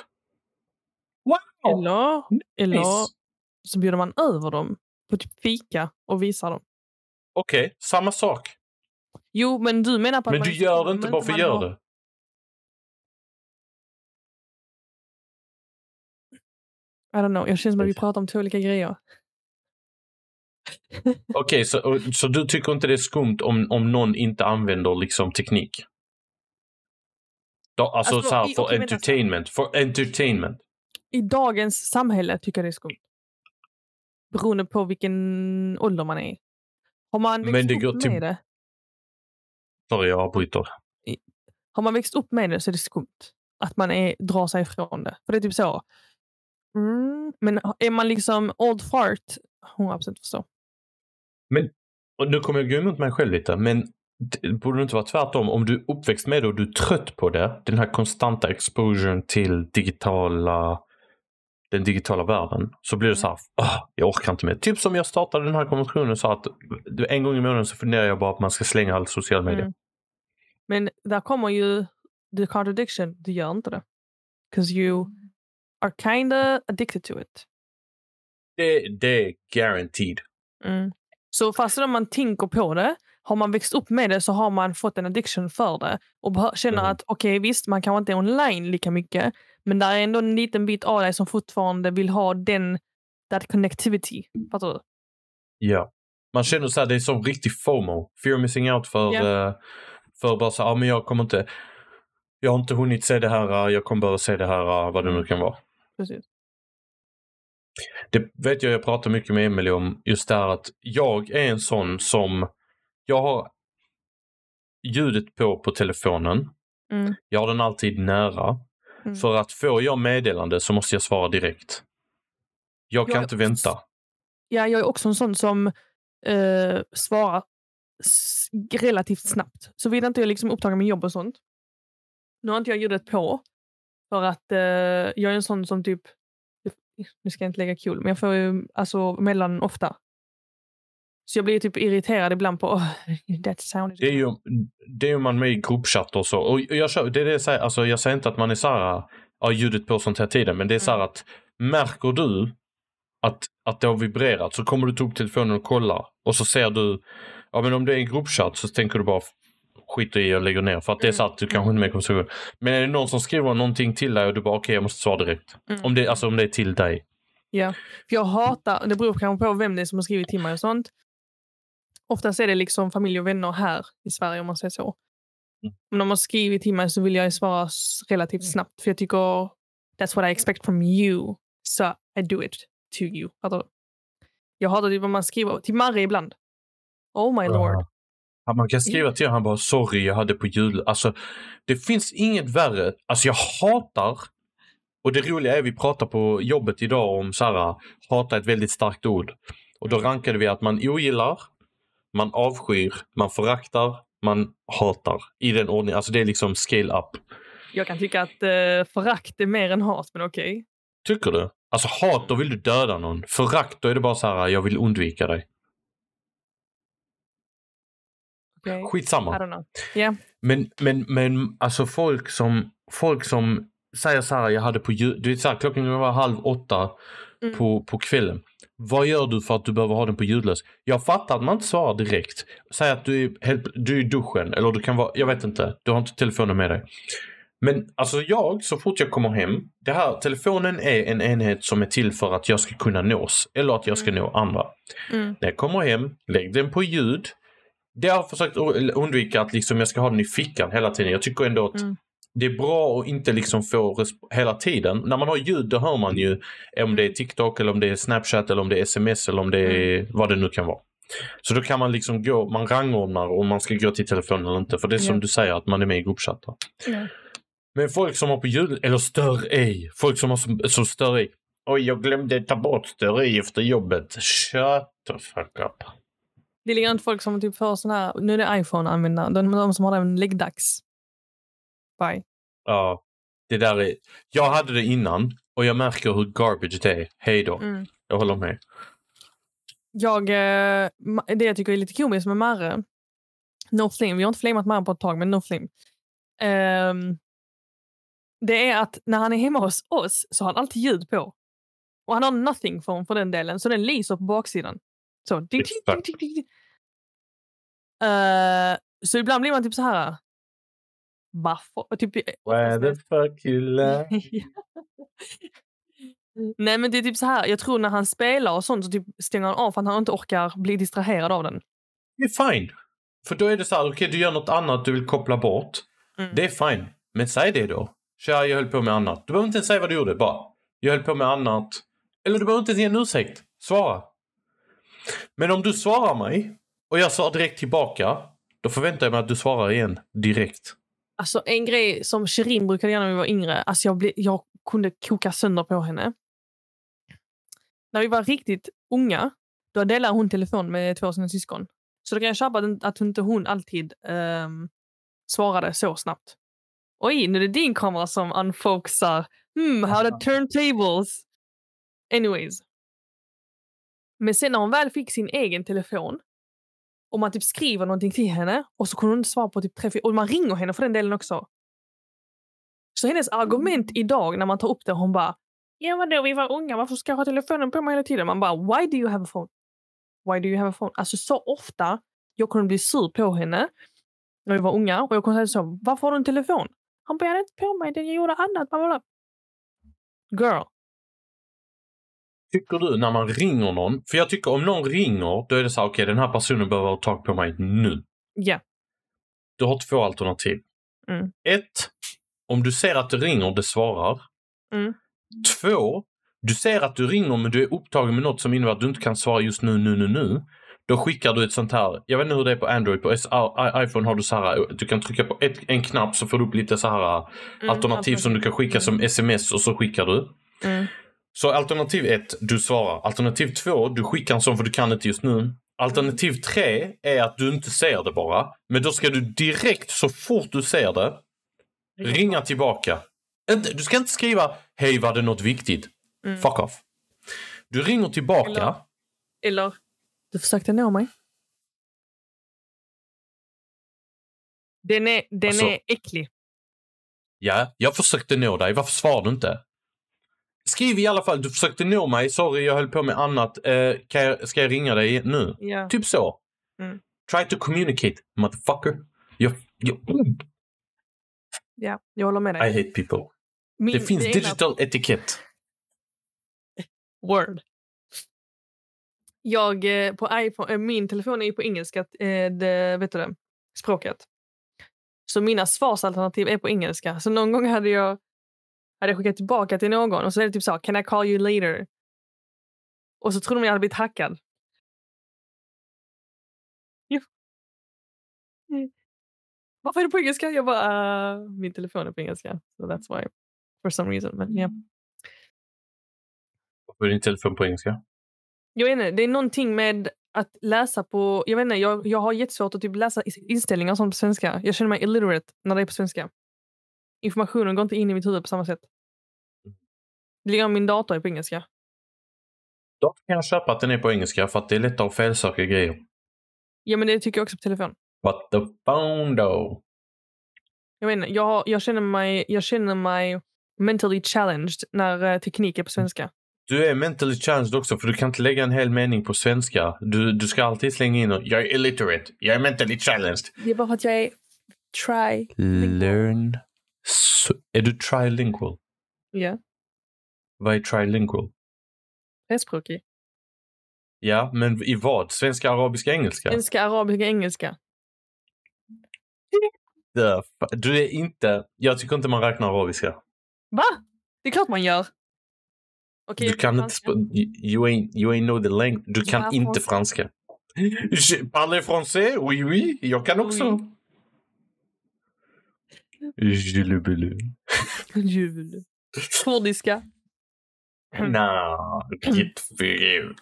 Wow! Eller så bjuder man över dem på typ fika och visar dem. Okej, samma sak. Jo, men du menar på att men du gör det inte bara för att göra det. I don't know, jag känner som att vi pratar om två olika grejer. Okej, så du tycker inte det är skumt om någon inte använder liksom teknik? Alltså så här, för entertainment. I dagens samhälle tycker jag det är skumt. Beroende på vilken ålder man är. Har man växt upp med det? Sorry, jag avbryter. Har man växt upp med det så är det skumt. Att man drar sig ifrån det. För det är typ så. Men är man liksom old fart, 100% förstå. Men, och nu kommer jag gå emot mig själv lite, men det borde inte vara tvärtom. Om du är uppväxt med det och du är trött på det, den här konstanta exposuren till den digitala världen, så blir det så här, jag orkar inte med. Typ som jag startade den här konversationen och sa att en gång i månaden så funderar jag bara att man ska slänga all social media. Men där kommer ju the contradiction, du gör inte det. Because you are kinda addicted to it. Det är guaranteed. Så fast om man tänker på det, har man växt upp med det så har man fått en addiction för det. Och känner att okej, visst, man kanske inte är online lika mycket, men där är ändå en liten bit av dig som fortfarande vill ha that connectivity. Fattar du? Ja. Man känner så här, det är som riktig FOMO. Fear missing out för bara så här, men jag har inte hunnit se det här, jag kommer bara se det här, vad det nu kan vara. Precis. Det vet jag pratar mycket med Emily om, just det här att jag är en sån som jag har ljudet på telefonen. Jag har den alltid nära. För att får jag meddelande så måste jag svara direkt. Jag kan inte vänta. Ja, jag är också en sån som svarar relativt snabbt. Så vill inte jag liksom upptaga min jobb och sånt. Nu har inte jag ljudet på. För att jag är en sån som typ, nu ska jag inte lägga kul, men jag får ju alltså mellan ofta. Så jag blir typ irriterad ibland på that sound. Det är ju man med i gruppchatt och så. Och det är det jag säger, alltså jag säger inte att man är så här, har ljudet på sånt här tiden, men det är så här att märker du att det har vibrerat så kommer du ta upp telefonen och kolla och så ser du, ja men om det är en gruppchatt så tänker du bara skiter i och lägger ner för att det är så att du kanske inte med konversation. Men är det någon som skriver någonting till dig och du bara okej, jag måste svara direkt. Om det är till dig. Ja, för jag hatar, det beror kanske på vem det är som har skrivit till mig och sånt. Oftast är det liksom familj och vänner här i Sverige om man säger så. Om de har skrivit till mig så vill jag svara relativt snabbt. För jag tycker that's what I expect from you. So I do it to you. Jag hatar det vad man skriver till Marie ibland. Oh my lord. Ja, man kan skriva till han bara sorry, jag hade på jul. Alltså det finns inget värre. Alltså jag hatar, och det roliga är vi pratar på jobbet idag om så här, hata ett väldigt starkt ord. Och då rankade vi att man ogillar, man avskyr, man föraktar, man hatar. I den ordningen. Alltså det är liksom scale up. Jag kan tycka att förakt är mer än hat, men okej. Tycker du? Alltså hat, då vill du döda någon. Förakt, då är det bara så här, jag vill undvika dig. Okay. Skitsamma. I don't know. Yeah. Men alltså folk som säger så här, jag hade på du vet så här, klockan var 7:30 på kvällen. Vad gör du för att du behöver ha den på ljudlös? Jag fattar att man inte svarar direkt. Säg att du är i duschen. Eller du kan vara, jag vet inte. Du har inte telefonen med dig. Men alltså så fort jag kommer hem. Telefonen är en enhet som är till för att jag ska kunna nås. Eller att jag ska nå andra. När jag kommer hem, lägg den på ljud. Det har jag försökt undvika att liksom jag ska ha den i fickan hela tiden. Jag tycker ändå att det är bra att inte liksom få hela tiden. När man har ljud då hör man ju om det är TikTok eller om det är Snapchat eller om det är SMS eller om det är vad det nu kan vara. Så då kan man liksom man rangordnar om man ska gå till telefonen eller inte. För det är som du säger att man är med i gruppchattar. Men folk som har på ljud eller stör ej. Folk som har som stör ej. Oj, jag glömde ta bort stör ej efter jobbet. Shut the fuck up. Det ligger inte folk som typ för sån här, nu är det iPhone-användare, de som har en läggdags. Bye. Ja, det där är, jag hade det innan och jag märker hur garbage det är. Hej då. Jag håller med. Det jag tycker är lite komiskt med Marre, No Flame, vi har inte flamat Marre på ett tag, men No Flame. Det är att när han är hemma hos oss så har han alltid ljud på. Och han har nothing phone för den delen, så den lyser på baksidan. Så så ibland blir man typ så här. Varför? Typ, why the fuck you laugh? Nej, men det är typ så här. Jag tror när han spelar och sånt så typ stänger han av för att han inte orkar bli distraherad av den. Det är fine. För då är det så här, okej, du gör något annat du vill koppla bort. Det är fine. Men säg det då. Jag höll på med annat. Du behöver inte säga vad du gjorde, bara. Jag höll på med annat. Eller du behöver inte ge en ursäkt. Svara. Men om du svarar mig och jag svarar direkt tillbaka, då förväntar jag mig att du svarar igen direkt. Alltså en grej som Shirin brukade göra när vi var yngre, alltså jag kunde koka sönder på henne. När vi var riktigt unga, då delade hon telefon med 2 av sina syskon. Så då kan jag köpa att inte hon alltid svarade så snabbt. Oj, nu är det din kamera som unfocusar. How to turntables. Anyways. Men sen när hon väl fick sin egen telefon och man typ skriver någonting till henne och så kunde hon inte svara på typ 3-4 och man ringer henne för den delen också. Så hennes argument idag när man tar upp det, hon bara, ja vadå, vi var unga, varför ska jag ha telefonen på mig hela tiden? Man bara, why do you have a phone? Why do you have a phone? Alltså så ofta jag kunde bli sur på henne när vi var unga och jag kunde säga så, varför har du en telefon? Han bara, jag hade inte på mig, jag gjorde annat. Girl. Tycker du när man ringer någon, för jag tycker om någon ringer, då är det så här, okej, den här personen behöver ha tag på mig nu. Ja. Yeah. Du har 2 alternativ. 1, om du ser att du ringer, det svarar. 2, du ser att du ringer men du är upptagen med något som innebär att du inte kan svara just nu. Då skickar du ett sånt här, jag vet inte hur det är på Android, på iPhone har du så här, du kan trycka på en knapp så får du upp lite så här alternativ som du kan skicka som sms och så skickar du. Så alternativ 1, du svarar. Alternativ 2, du skickar en sån för du kan inte just nu. Alternativ 3 är att du inte ser det bara. Men då ska du direkt, så fort du ser det, ringa tillbaka. Du ska inte skriva, hej, var det något viktigt? Fuck off. Du ringer tillbaka. Eller du försökte nå mig. Den är äcklig. Ja, jag försökte nå dig. Varför svarar du inte? Skriv i alla fall, du försökte nå mig. Sorry, jag höll på med annat. Ska jag ringa dig nu? Yeah. Typ så. Try to communicate, motherfucker. Ja, jag håller med dig. I hate people. Det finns digital etikett. Word. Jag på iPhone, min telefon är ju på engelska, vet du det, språket. Så mina svarsalternativ är på engelska. Så någon gång hade jag skickat tillbaka till någon och så är det typ så, can I call you later? Och så trodde de jag hade blivit hackad. Varför är det på engelska? Jag bara, min telefon är på engelska. So that's why, for some reason. Men yeah. Varför är din telefon på engelska? Jag vet inte, det är någonting med att läsa på, jag vet inte, jag har jättesvårt att typ läsa inställningar som på svenska. Jag känner mig illiterate när det är på svenska. Informationen går inte in i mitt huvud på samma sätt. Det ligger min dator är på engelska. Då kan jag köpa att den är på engelska för att det är lättare att felsöka grejer. Ja, men det tycker jag också på telefon. But the phone though. Jag vet inte, jag känner mig mentally challenged när teknik är på svenska. Du är mentally challenged också, för du kan inte lägga en hel mening på svenska. Du ska alltid slänga in jag är illiterate, jag är mentally challenged. Det är bara för att jag är Learn. Är du trilingual? Ja. Vad är trilingual? Flerspråkig. Ja, men i vad? Svenska, arabiska, engelska? Svenska, arabiska, engelska. Du är inte... Jag tycker inte man räknar arabiska. Va? Det är klart man gör. Okay, du kan inte... You ain't know the language. Du kan inte franska. Je parle français? Oui, oui. Jag kan också. Oui. Julebulu. Kurdiska. Get fult.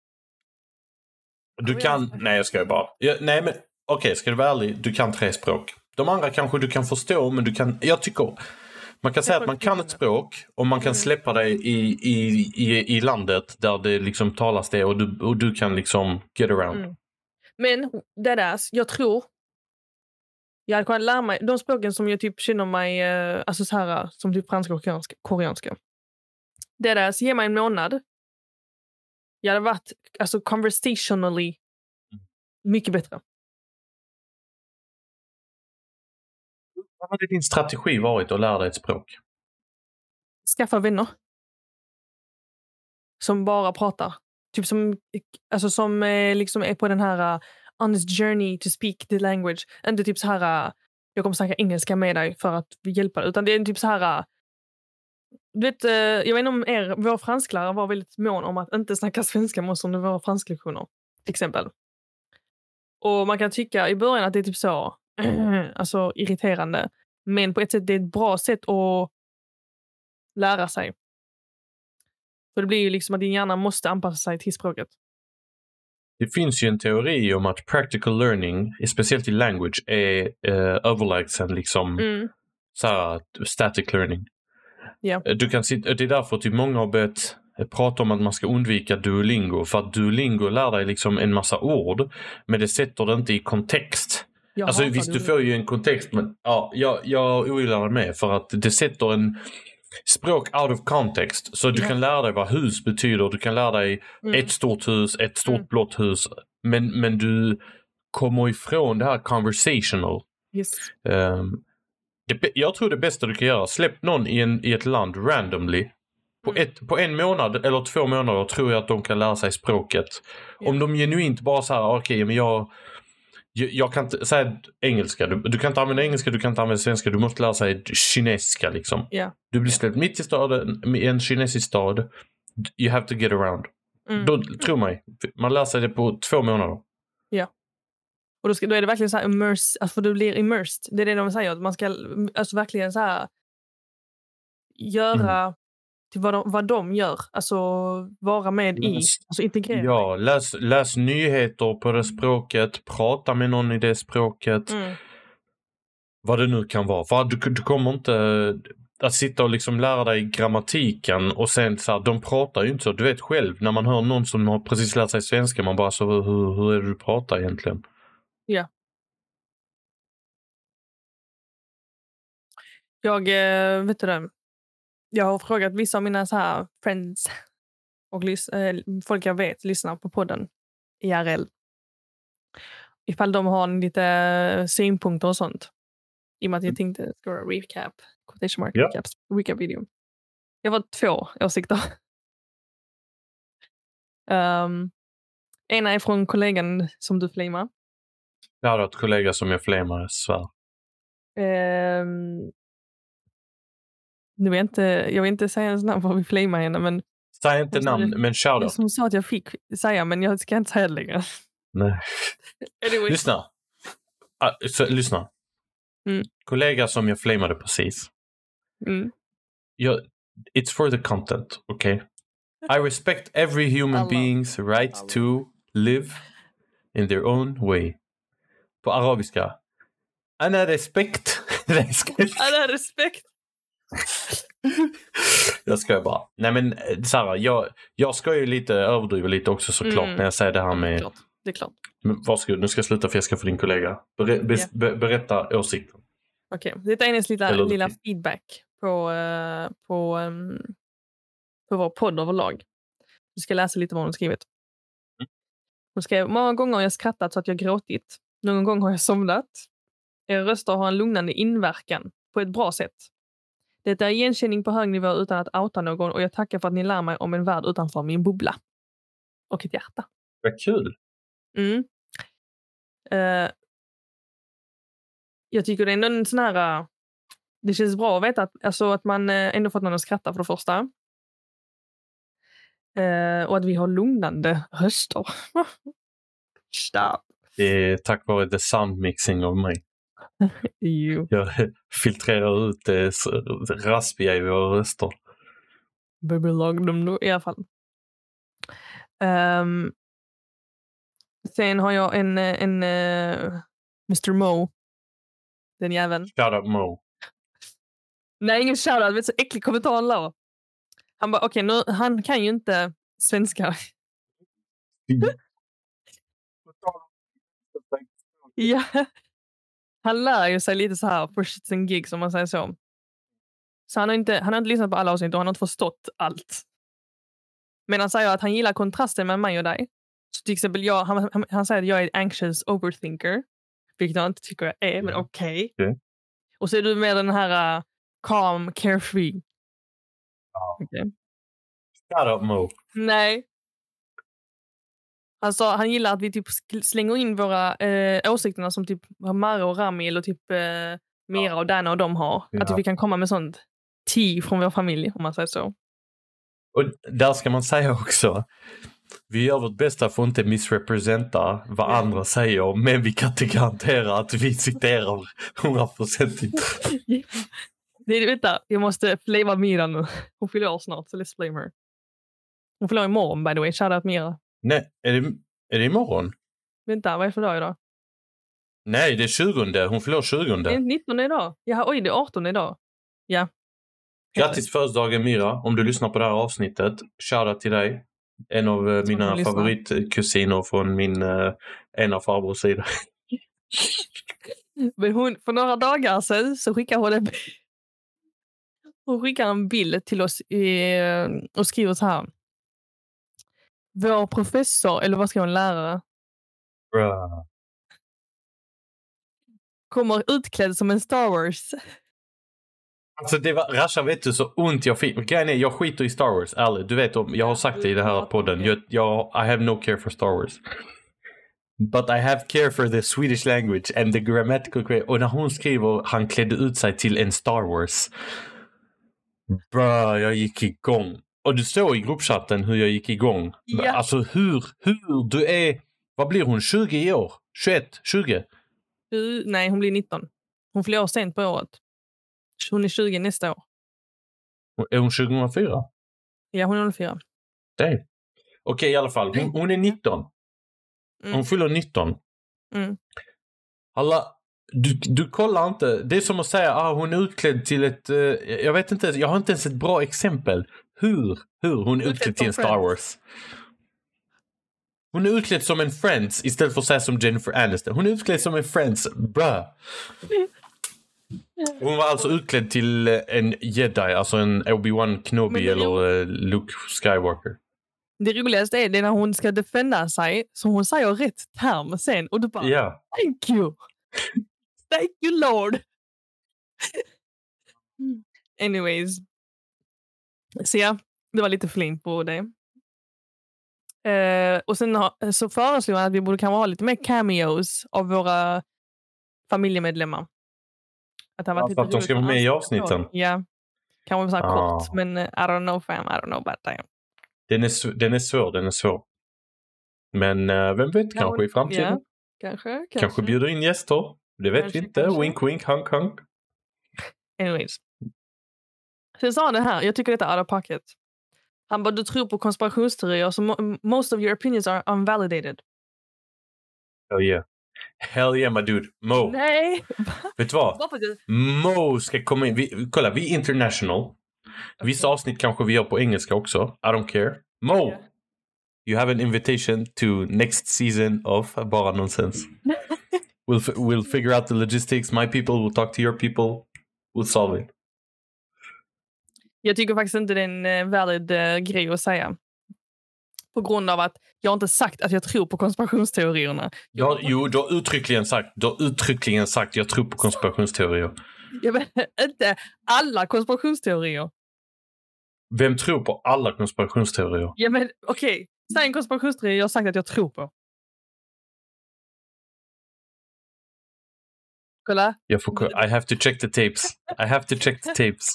Du kan... Nej, jag ska bara... Nej, men... Okej, ska du vara ärlig? Du kan 3 språk. De andra kanske du kan förstå, men du kan... Jag tycker... Man kan säga att man kan ett språk och man kan släppa det i landet där det liksom talas det och du kan liksom get around. Men det där, jag tror jag hade kunnat lära mig de språken som jag typ känner mig alltså så här, som typ franska och koreanska. Det där, så ge mig en månad. Jag hade varit alltså conversationally mycket bättre. Vad hade din strategi varit att lära dig ett språk? Skaffa vänner. Som bara pratar. Typ som, alltså som liksom är på den här on this journey to speak the language. Inte typ så här, jag kommer snacka engelska med dig för att hjälpa dig. Utan det är typ så här, du vet, jag vet inte om vår fransklärare var väldigt mån om att inte snacka svenska med oss under våra fransklektioner. Till exempel. Och man kan tycka i början att det är typ så alltså irriterande. Men på ett sätt det är ett bra sätt att lära sig. För det blir ju liksom att din hjärna måste anpassa sig till språket. Det finns ju en teori om att practical learning, speciellt i language, är överlägsen liksom så här, static learning. Yeah. Du kan det är därför typ många har börjat prata om att man ska undvika Duolingo. För att Duolingo lär dig liksom en massa ord, men det sätter det inte i kontext. Alltså visst, du får ju en kontext, men ja, jag ogillar det med för att det sätter en språk out of context. Så du kan lära dig vad hus betyder. Du kan lära dig ett stort hus, ett stort blått hus. Men du kommer ifrån det här conversational. Yes. Jag tror det bästa du kan göra, släpp någon i ett land randomly. På 1 månad eller 2 månader tror jag att de kan lära sig språket. Om de genuint bara så här, okej, men jag kan inte säga engelska. Du kan inte använda engelska, du kan inte använda svenska. Du måste lära sig kinesiska liksom. Yeah. Du blir släppt mitt i en kinesisk stad. You have to get around. Då, tro mig, man lär sig det på 2 månader. Ja. Och då är det verkligen så här alltså för du blir immersed. Det är det de säger, att man ska alltså verkligen så här göra till vad de gör. Alltså vara med alltså integrera. Ja, läs nyheter på det språket. Prata med någon i det språket. Vad det nu kan vara. För du kommer inte att sitta och liksom lära dig grammatiken och sen så här, de pratar ju inte så. Du vet själv, när man hör någon som har precis lärt sig svenska, man bara så, hur är det du pratar egentligen? Ja. Jag vet du det. Jag har frågat vissa av mina så här friends och folk jag vet lyssnar på podden IRL. Ifall de har lite synpunkter och sånt. I och med att jag tänkte det ska vara recap. Quotation mark recap video. Jag var 2 åsikter. Ena är från kollegan som du flamar. Jag har ett kollega som jag flamar, svär. Jag vill inte säga ens namn för att vi flamar henne, men säg inte namn, men shoutout. Som sa att jag fick säga, men jag ska inte säga det längre. Nej. Lyssna. Lyssna. Kollega som jag flamade precis. It's for the content, okay? I respect every human being's right to live in their own way. På arabiska. Ana respekt. Ana respekt. Jag ska bara. Nej men Sara, jag ska ju lite överdriva lite också såklart när jag säger det här med. Det är klart. Men varsågod, nu ska jag sluta fjäska för din kollega. Berätta åsikten. Okej, detta är hennes lilla feedback på vår podd överlag. Du ska läsa lite vad hon har skrivit. Hon skrev: många gånger har jag skrattat så att jag gråtit. Någon gång har jag somnat. Era röster har en lugnande inverkan på ett bra sätt. Det är igenkänning på hög nivå utan att outa någon och jag tackar för att ni lär mig om en värld utanför min bubbla. Och ett hjärta. Vad kul. Jag tycker det är ändå en sån här... det känns bra att veta att man ändå fått någon att skratta för det första. Och att vi har lugnande röster. Stop. Det är tack vare the sound mixing av mig. Jag filtrerar ut det raspiga i våra röster. Babylag dem då i alla fall. Sen har jag en Mr. Mo. Den jäveln. Shout out Mo. Nej, ingen shout out. Vet så äcklig kommentar han la. Han bara, okej, nu han kan ju inte svenska. Ja. Han lär ju sig lite så här for shits and gigs, om man säger så. Så han har inte lyssnat på alla avsnitt och han har inte förstått allt. Men han säger att han gillar kontrasten mellan mig och dig. Så till exempel han säger att jag är anxious overthinker. Vilket jag inte tycker jag är, men okej. Okay. Och så är du med den här calm, carefree. Okay. Shut up, Mo. Nej. Alltså, han gillar att vi typ slänger in våra åsikterna som typ Mara och Rami eller typ Mira och Dana och de har. Ja. Att vi kan komma med sånt tea från vår familj, om man säger så. Och där ska man säga också, vi gör vårt bästa för att inte missrepresenta vad andra säger, men vi kan inte garantera att vi citerar 100%. Vänta, jag måste flavor Mira nu. Hon fyller år snart, så let's blame her. Hon fyller imorgon, by the way. Shout out Mira. Nej, är det imorgon? Vänta, vad är det för dag idag? Nej, det är 20. Hon fyller 20. Det är 19 idag. Jaha, oj, det är 18 idag. Ja. Grattis födelsedagen Mira, om du lyssnar på det här avsnittet. Shoutout till dig. En av mina favoritkusiner från min ena farbrors sida. Men hon, för några dagar sedan så skickade hon skickar en bild till oss och skriver så här. Vår professor, eller vad ska hon lärare? Kommer utklädd som en Star Wars. Alltså det var, Rasha, vet du så ont jag fick. Grejen är, jag skiter i Star Wars, ärligt. Du vet, jag har sagt det i den här podden. I have no care for Star Wars. But I have care for the Swedish language and the grammatical... Och när hon skriver, han klädde ut sig till en Star Wars. Jag gick igång. Och du står i gruppchatten hur jag gick igång. Ja. Alltså hur du är... Vad blir hon? 20 år? 21? 20? Nej, hon blir 19. Hon fyller år sent på året. Hon är 20 nästa år. Är hon 2004? Ja, hon är 04. Okej, i alla fall. Hon är 19. Hon fyller 19. Alla... Du kollar inte. Det är som att säga hon är utklädd till ett... jag vet inte. Jag har inte ens ett bra exempel. Hur hon är utklädd till en Star Wars. Hon är utklädd som en Friends istället för att säga som Jennifer Aniston. Hon är utklädd som en Friends. Hon var alltså utklädd till en Jedi. Alltså en Obi-Wan Kenobi eller Luke Skywalker. Det roligaste är det när hon ska defenda sig. Så hon säger rätt term sen. Och du bara, thank you. Thank you, Lord. Anyways. Så ja, det var lite flin på det. Och sen så föreslog han att vi borde kanske ha lite mer cameos av våra familjemedlemmar. Att det för att de ska vara med i avsnitten. Ja, kanske så här kort. Men I don't know fam, I don't know about that. Den är svår. Men vem vet, kanske i framtiden. Ja, kanske bjuder in gäster. Det vet vi inte. Kanske. Wink, wink, hunk, hunk. Anyways. Sen sa han det här. Jag tycker detta är out of pocket. Han bara, du tror på konspirationsteorier. Så most of your opinions are unvalidated. Hell yeah, my dude. Mo. Nej. Vet du vad? Mo ska komma in. Kolla, vi är international. Vissa avsnitt kanske vi gör på engelska också. I don't care. Mo. Yeah. You have an invitation to next season of Bara Nonsense. We'll figure out the logistics. My people will talk to your people. We'll solve it. Jag tycker faktiskt inte det är en valid grej att säga. på grund av att jag inte sagt att jag tror på konspirationsteorierna. Du har uttryckligen sagt jag tror på konspirationsteorier. Jag vet inte alla konspirationsteorier. Vem tror på alla konspirationsteorier? Ja, men okej. Säg en konspirationsteori jag har sagt att jag tror på. Kolla. I have to check the tapes.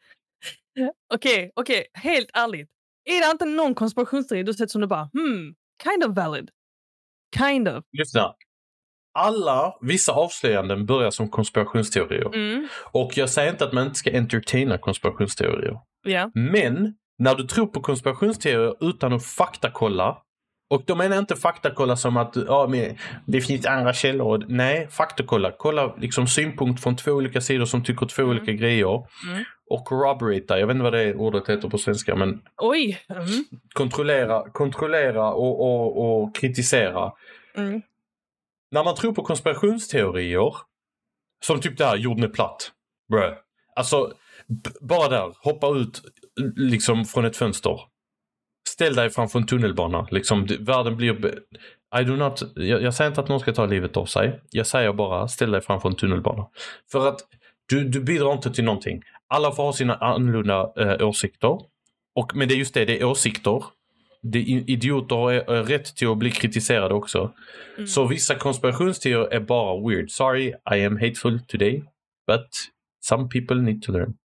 Okej. Helt ärligt. Är det inte någon konspirationsteori du sett som du bara, kind of valid? Kind of. Lyssna. Vissa avslöjanden börjar som konspirationsteorier. Och jag säger inte att man inte ska entertaina konspirationsteorier. Yeah. Men när du tror på konspirationsteorier utan att faktakolla, och då menar jag inte faktakolla som att men det finns andra källor. Nej, faktakolla. Kolla liksom synpunkt från två olika sidor som tycker två olika grejer. Och corroborata. Jag vet inte vad det ordet heter på svenska, men kontrollera och kritisera. När man tror på konspirationsteorier som typ det här, jorden är platt. Bruh. Alltså, bara där, hoppa ut liksom från ett fönster. Ställ dig framför en tunnelbana. Liksom, världen blir... Jag säger inte att någon ska ta livet av sig. Jag säger bara, ställ dig framför en tunnelbana. För att du bidrar inte till någonting. Alla får ha sina annorlunda åsikter. Men det är just det är åsikter. Idioter har rätt till att bli kritiserade också. Så vissa konspirationsteorier är bara weird. Sorry, I am hateful today. But some people need to learn.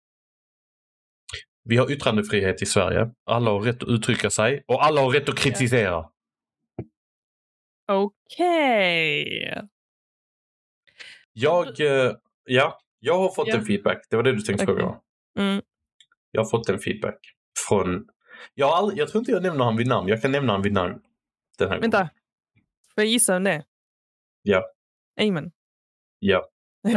Vi har yttrandefrihet i Sverige. Alla har rätt att uttrycka sig. Och alla har rätt att kritisera. Okej. Jag har fått en feedback. Det var det du tänkte fråga. Jag har fått en feedback från... Jag tror inte jag nämner han vid namn. Jag kan nämna han vid namn den här Vänta. gången. Får jag gissa om det? Ja. Amen. Ja.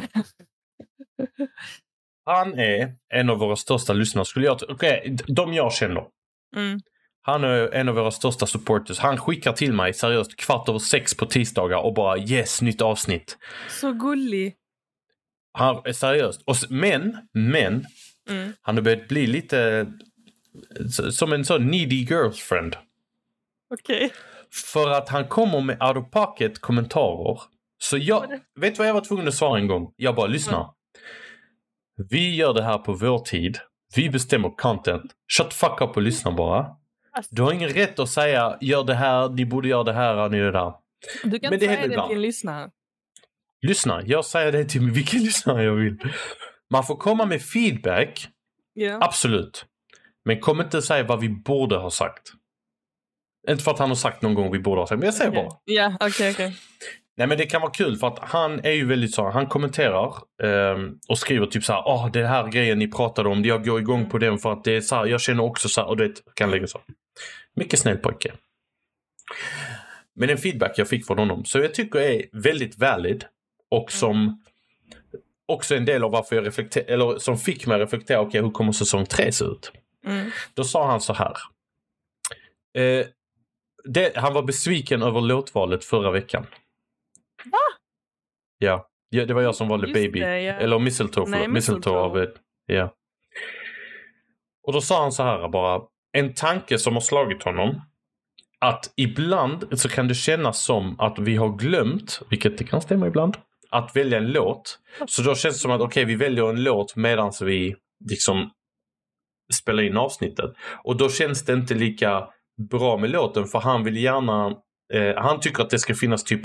Han är en av våra största lyssnare. De jag känner. Han är en av våra största supporters. Han skickar till mig seriöst 5:15 på tisdagar och bara yes, nytt avsnitt. Så gullig. Han är seriöst. Men han har börjat bli lite som en sån needy girlfriend. Okej. För att han kommer med out of pocket kommentarer. Så vet vad jag var tvungen att svara en gång? Jag bara lyssna. Vi gör det här på vår tid. Vi bestämmer content. Shut the fuck up och lyssna bara. Du har ingen rätt att säga gör det här, ni borde göra det här, ni gör det där. Du kan inte säga det till en lyssnare. Lyssna, jag säger det till vilken lyssnare jag vill. Man får komma med feedback. Yeah. Absolut. Men kom inte säga vad vi borde ha sagt. Inte för att han har sagt någon gång vi borde ha sagt, men jag säger bara. Ja, okej. Nej, men det kan vara kul för att han är ju väldigt så, han kommenterar och skriver typ så här, det här grejen ni pratade om, jag går igång på den för att det är så här, jag känner också så här, och det kan lägga så. Mycket snäll pojke. Men en feedback jag fick från honom, så jag tycker är väldigt valid och som också en del av varför jag reflekterar, eller som fick mig att reflektera, hur kommer säsong 3 se ut? Då sa han så här. Han var besviken över låtvalet förra veckan. Va? Ja, det var jag som valde Baby. Det, ja. Eller Mistletoe. Mistletoe av ja. Och då sa han så här bara. En tanke som har slagit honom. Att ibland så kan det kännas som att vi har glömt, vilket det kan stämma ibland, att välja en låt. Så då känns det som att vi väljer en låt medan vi liksom spelar in avsnittet. Och då känns det inte lika bra med låten, för han vill gärna han tycker att det ska finnas typ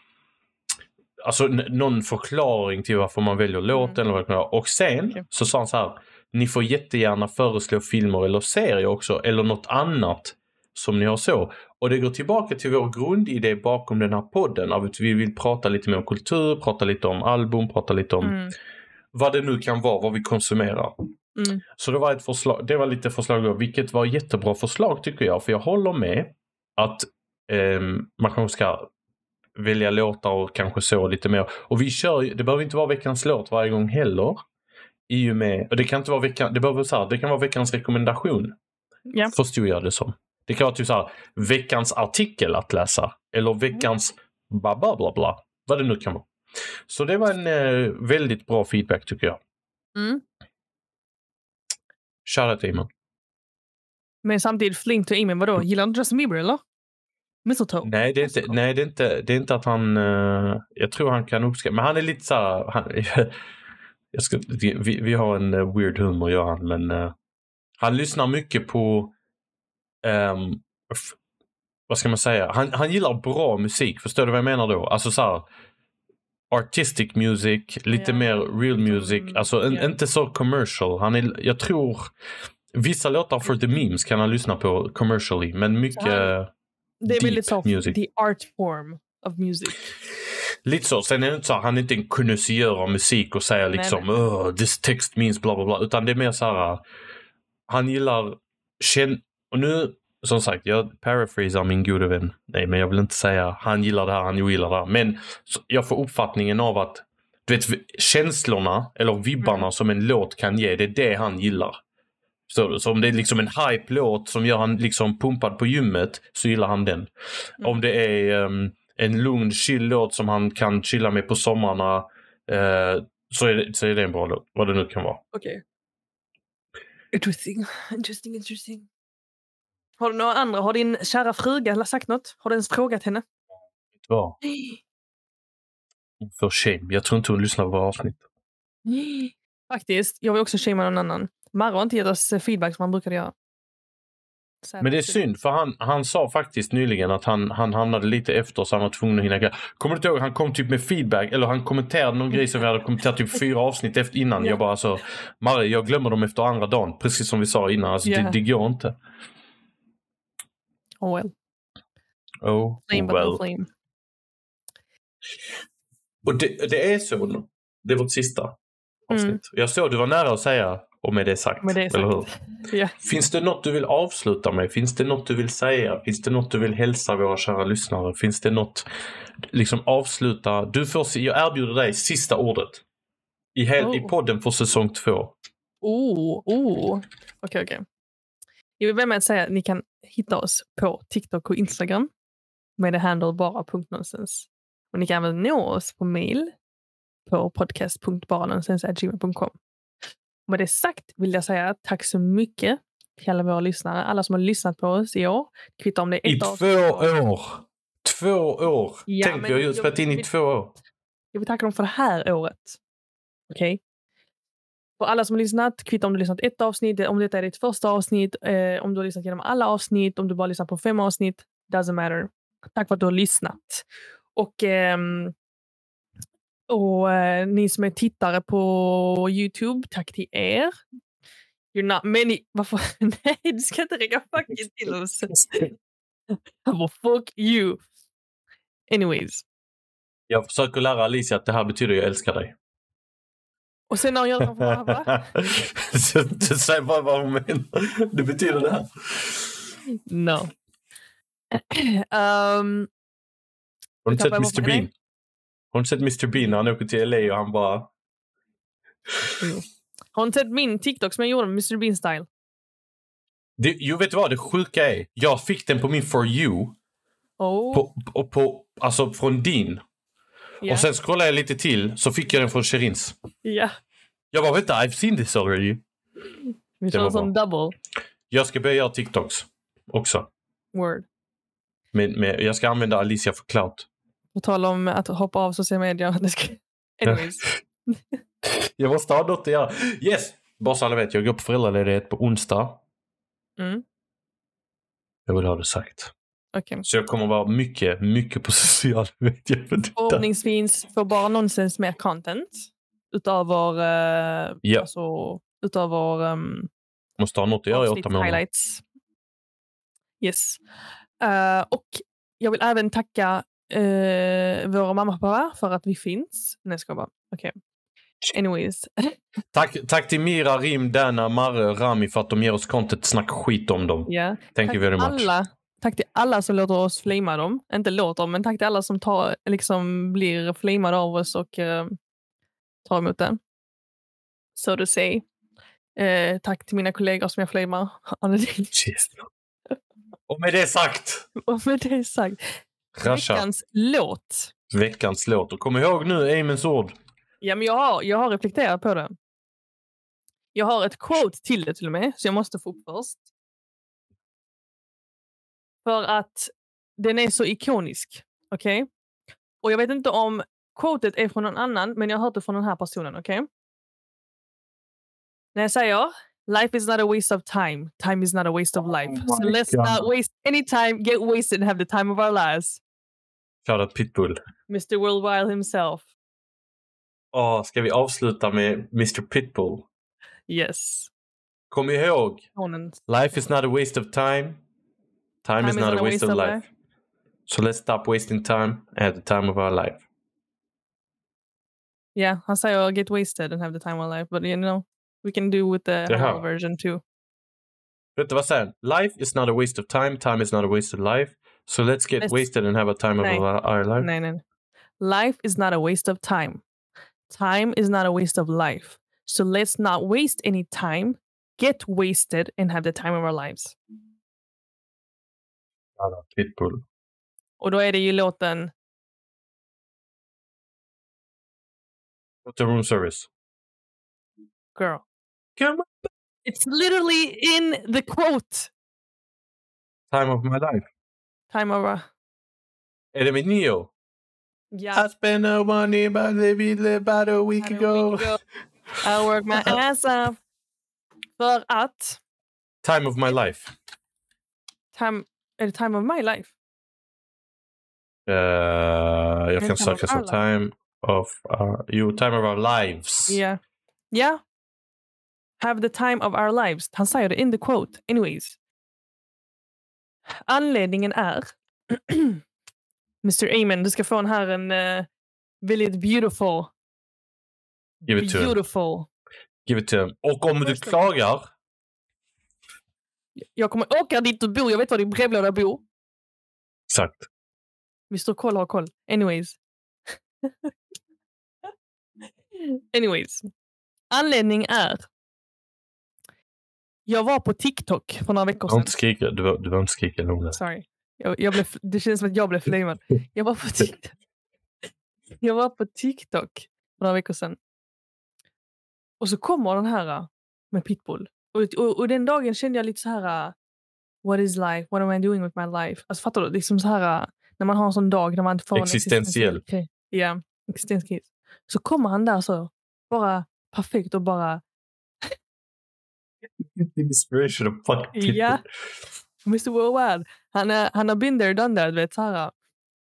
någon förklaring till varför man väljer låten eller vad. Och sen så sa han så här, ni får jättegärna föreslå filmer eller serier också, eller något annat som ni har så. Och det går tillbaka till vår grundidé bakom den här podden, av att vi vill prata lite mer om kultur, prata lite om album, prata lite om vad det nu kan vara, vad vi konsumerar. Så det var ett förslag, det var lite förslag, vilket var jättebra förslag tycker jag, för jag håller med att man kanske ska välja låtar och kanske så lite mer. Och vi kör, det behöver inte vara veckans låt varje gång heller. I och med, och det kan inte vara det kan vara veckans rekommendation. Yeah. Förstår jag det som. Det kan vara typ så här, veckans artikel att läsa. Eller veckans bla bla bla bla. Vad det nu kan vara. Så det var en väldigt bra feedback tycker jag. Shoutout Eamon. Men samtidigt Fling to Amen, vadå? Gillar du Justin Bieber eller? Mistletoe? Nej, det är inte att han... jag tror han kan uppskatta... Men han är lite så här... vi har en weird humor, gör han. Men han lyssnar mycket på... vad ska man säga? Han gillar bra musik. Förstår du vad jag menar då? Alltså så här... Artistic music, lite mer real music. Alltså inte så commercial. Jag tror... Vissa låtar för the memes kan han lyssna på commercially. Men mycket... Det är väldigt så the art form of music. Lite så. Sen är det inte så han är inte en konnässör av musik och säger liksom oh, this text means bla bla bla. Utan det är mer så här han gillar och nu som sagt jag paraphrasar min gode vän. Nej, men jag vill inte säga han gillar det här, han ogillar det här. Men jag får uppfattningen av att du vet känslorna eller vibbarna som en låt kan ge, det är det han gillar. Så om det är liksom en hype-låt som gör han liksom pumpad på gymmet så gillar han den. Om det är en lugn chill-låt som han kan chilla med på sommarna så är det en bra låt. Vad det nu kan vara. Okej. Interesting. Har du några andra? Har din kära fruga sagt något? Har du ens frågat henne? Ja. För shame. Jag tror inte hon lyssnar på våra avsnitt. Faktiskt. Jag vill också shama någon annan. Marra har inte gett oss feedback som han brukade göra. Men det är synd, för han sa faktiskt nyligen att han hamnade lite efter så han var tvungen att hinna. Kommer du inte ihåg, han kom typ med feedback eller han kommenterade någon grej som vi hade kommenterat typ 4 avsnitt efter innan. Jag bara så, Marre, jag glömmer dem efter andra dagen, precis som vi sa innan. Alltså det går inte. Oh well. Flame well. Flame. Och det är så. Det är vårt sista avsnitt. Jag såg du var nära att säga och med det sagt. Eller hur? Yeah. Finns det något du vill avsluta med? Finns det något du vill säga? Finns det något du vill hälsa våra kära lyssnare? Finns det något liksom avsluta? Jag erbjuder dig sista ordet i podden för säsong 2. Okej. Jag vill börja med att säga att ni kan hitta oss på TikTok och Instagram med det handle bara.nonsens. Och ni kan även nå oss på mail på podcast.baranonsens@gmail.com. Med det sagt vill jag säga tack så mycket till alla våra lyssnare. Alla som har lyssnat på oss i år. Kvittar om det är 2 år. Ja, tänk, vi har ju spelat in i 2 år. Jag vill tacka dem för det här året. Okej? För alla som har lyssnat, kvittar om du har lyssnat 1 avsnitt, om detta är ditt första avsnitt, om du har lyssnat genom alla avsnitt, om du bara lyssnat på 5 avsnitt, doesn't matter. Tack för att du har lyssnat. Och ni som är tittare på YouTube, tack till er. You're not many... Varför? Nej, du ska inte räcka fucking till oss. Fuck you. Anyways. Jag försöker lära Alicia att det här betyder jag älskar dig. Och sen när hon gör det va? Säg bara vad hon menar. Det betyder det här. No. Har du sett Mr. Bean? Har du sett Mr. Bean när han åker till LA och han bara... Har du sett min TikTok som jag gjorde med Mr. Bean style? Vet du vad det sjuka är? Jag fick den på min For You. Alltså från din. Yeah. Och sen scrollade jag lite till så fick jag den från Sherins. Ja. Yeah. Jag bara, vänta, I've seen this already. Vi kör som double. Jag ska börja göra TikToks också. Word. Men jag ska använda Alicia för clout. Och tala om att hoppa av sociala medier. Anyways. Jag måste ha något att göra. Yes! Bara så alla vet, jag går på föräldraledighet på onsdag. Jag vill ha det sagt. Okay. Så jag kommer vara mycket på sociala medier. Förhoppningsvis får bara nonsens mer content. Utöver måste ha något att göra i 8 månader. Highlights. Yes. Och jag vill även tacka våra mamma och pappa för att vi finns. Nej, ska bara. Okej. Anyways. Tack till Mira, Rim, Dana, Marre, Rami för att de ger oss content. Snacka skit om dem. Yeah. Thank you very much. Tack till alla som låter oss flamea dem. Inte låter dem, men tack till alla som blir flamade av oss och tar emot den. So to say. Tack till mina kollegor som jag flamar. Och med det sagt. Veckans låt. Och kom ihåg nu Amens ord. Ja, men jag har reflekterat på det. Jag har ett quote till det till och med, så jag måste få upp först. För att den är så ikonisk. Okej? Okay? Och jag vet inte om quotet är från någon annan, men jag har hört det från den här personen. Okej? Okay? När jag säger life is not a waste of time. Time is not a waste of life. So let's not waste any time. Get wasted and have the time of our lives. Shout out Pitbull. Mr. Worldwide himself. Ska vi avsluta med Mr. Pitbull? Yes. Kom ihåg. Life is not a waste of time. Time is not a waste of life. So let's stop wasting time at the time of our life. Yeah, han säger get wasted and have the time of our life. But you know, we can do with the whole version too. Vet du vad säger? Life is not a waste of time. Time is not a waste of life. So let's get wasted and have a time of our life. Nej. Life is not a waste of time. Time is not a waste of life. So let's not waste any time. Get wasted and have the time of our lives. Pitbull. Och då är det ju låten... The Room Service. Girl. Come on. It's literally in the quote. Time of my life. Time of a... Är det med Neo? Yeah. I spent no money about a week ago. I work my ass off. För att... Time of my life. Är det time of my life? Jag kan söka som time of our lives. Yeah. Have the time of our lives. Han säger det in the quote. Anyways. Anledningen är... Mr. Amen, du ska få en väldigt beautiful. Give it to him. Give it to him. Och om du klagar... Jag kommer åka dit du bor. Jag vet var din brevlåda bor. Exakt. Vi står koll och har koll. Anyways. Anledning är... Jag var på TikTok för några veckor sedan. Du var inte skrika nog där. Sorry. Det känns som att jag blev flamad. Jag var på TikTok för några veckor sedan. Och så kommer den här med Pitbull. Och den dagen kände jag lite så här... What is life? What am I doing with my life? Alltså fattar du? Liksom så här... När man har en sån dag när man får existentiell. Ja, existentiell. Så kommer han där så. Bara perfekt och bara... Inspiration of fucking Pitbull. Ja. Mr. Worldwide. Han har been there, done that, vet så här.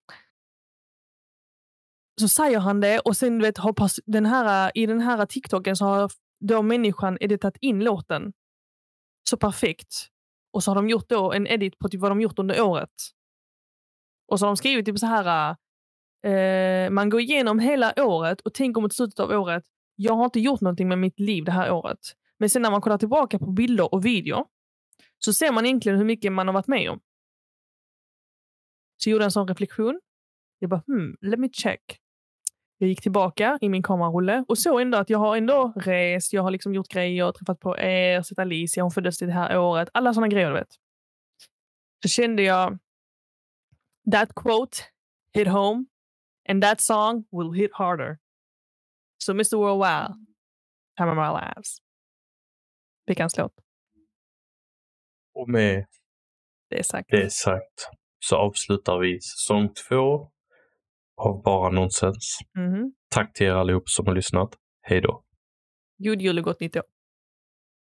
Så säger han det och sen vet i den här TikToken så har då människan editat in låten så perfekt. Och så har de gjort då en edit på typ vad de gjort under året. Och så har de skrivit typ så här man går igenom hela året och tänker mot slutet av året, jag har inte gjort någonting med mitt liv det här året. Men sen när man kollar tillbaka på bilder och video så ser man egentligen hur mycket man har varit med om. Så jag gjorde en sån reflektion. Jag bara, let me check. Jag gick tillbaka i min kamerarulle och såg ändå att jag har ändå rest, jag har liksom gjort grejer, träffat på sett Alicia, hon föddes det här året, alla såna grejer, du vet. Så kände jag that quote hit home and that song will hit harder. So Mr. Worldwide, time of our lives. Veckans låt. Och med det sagt så avslutar vi säsong 2 av Bara Nonsens. Tack till er allihop som har lyssnat. Hej då. God jul och gott nytt år.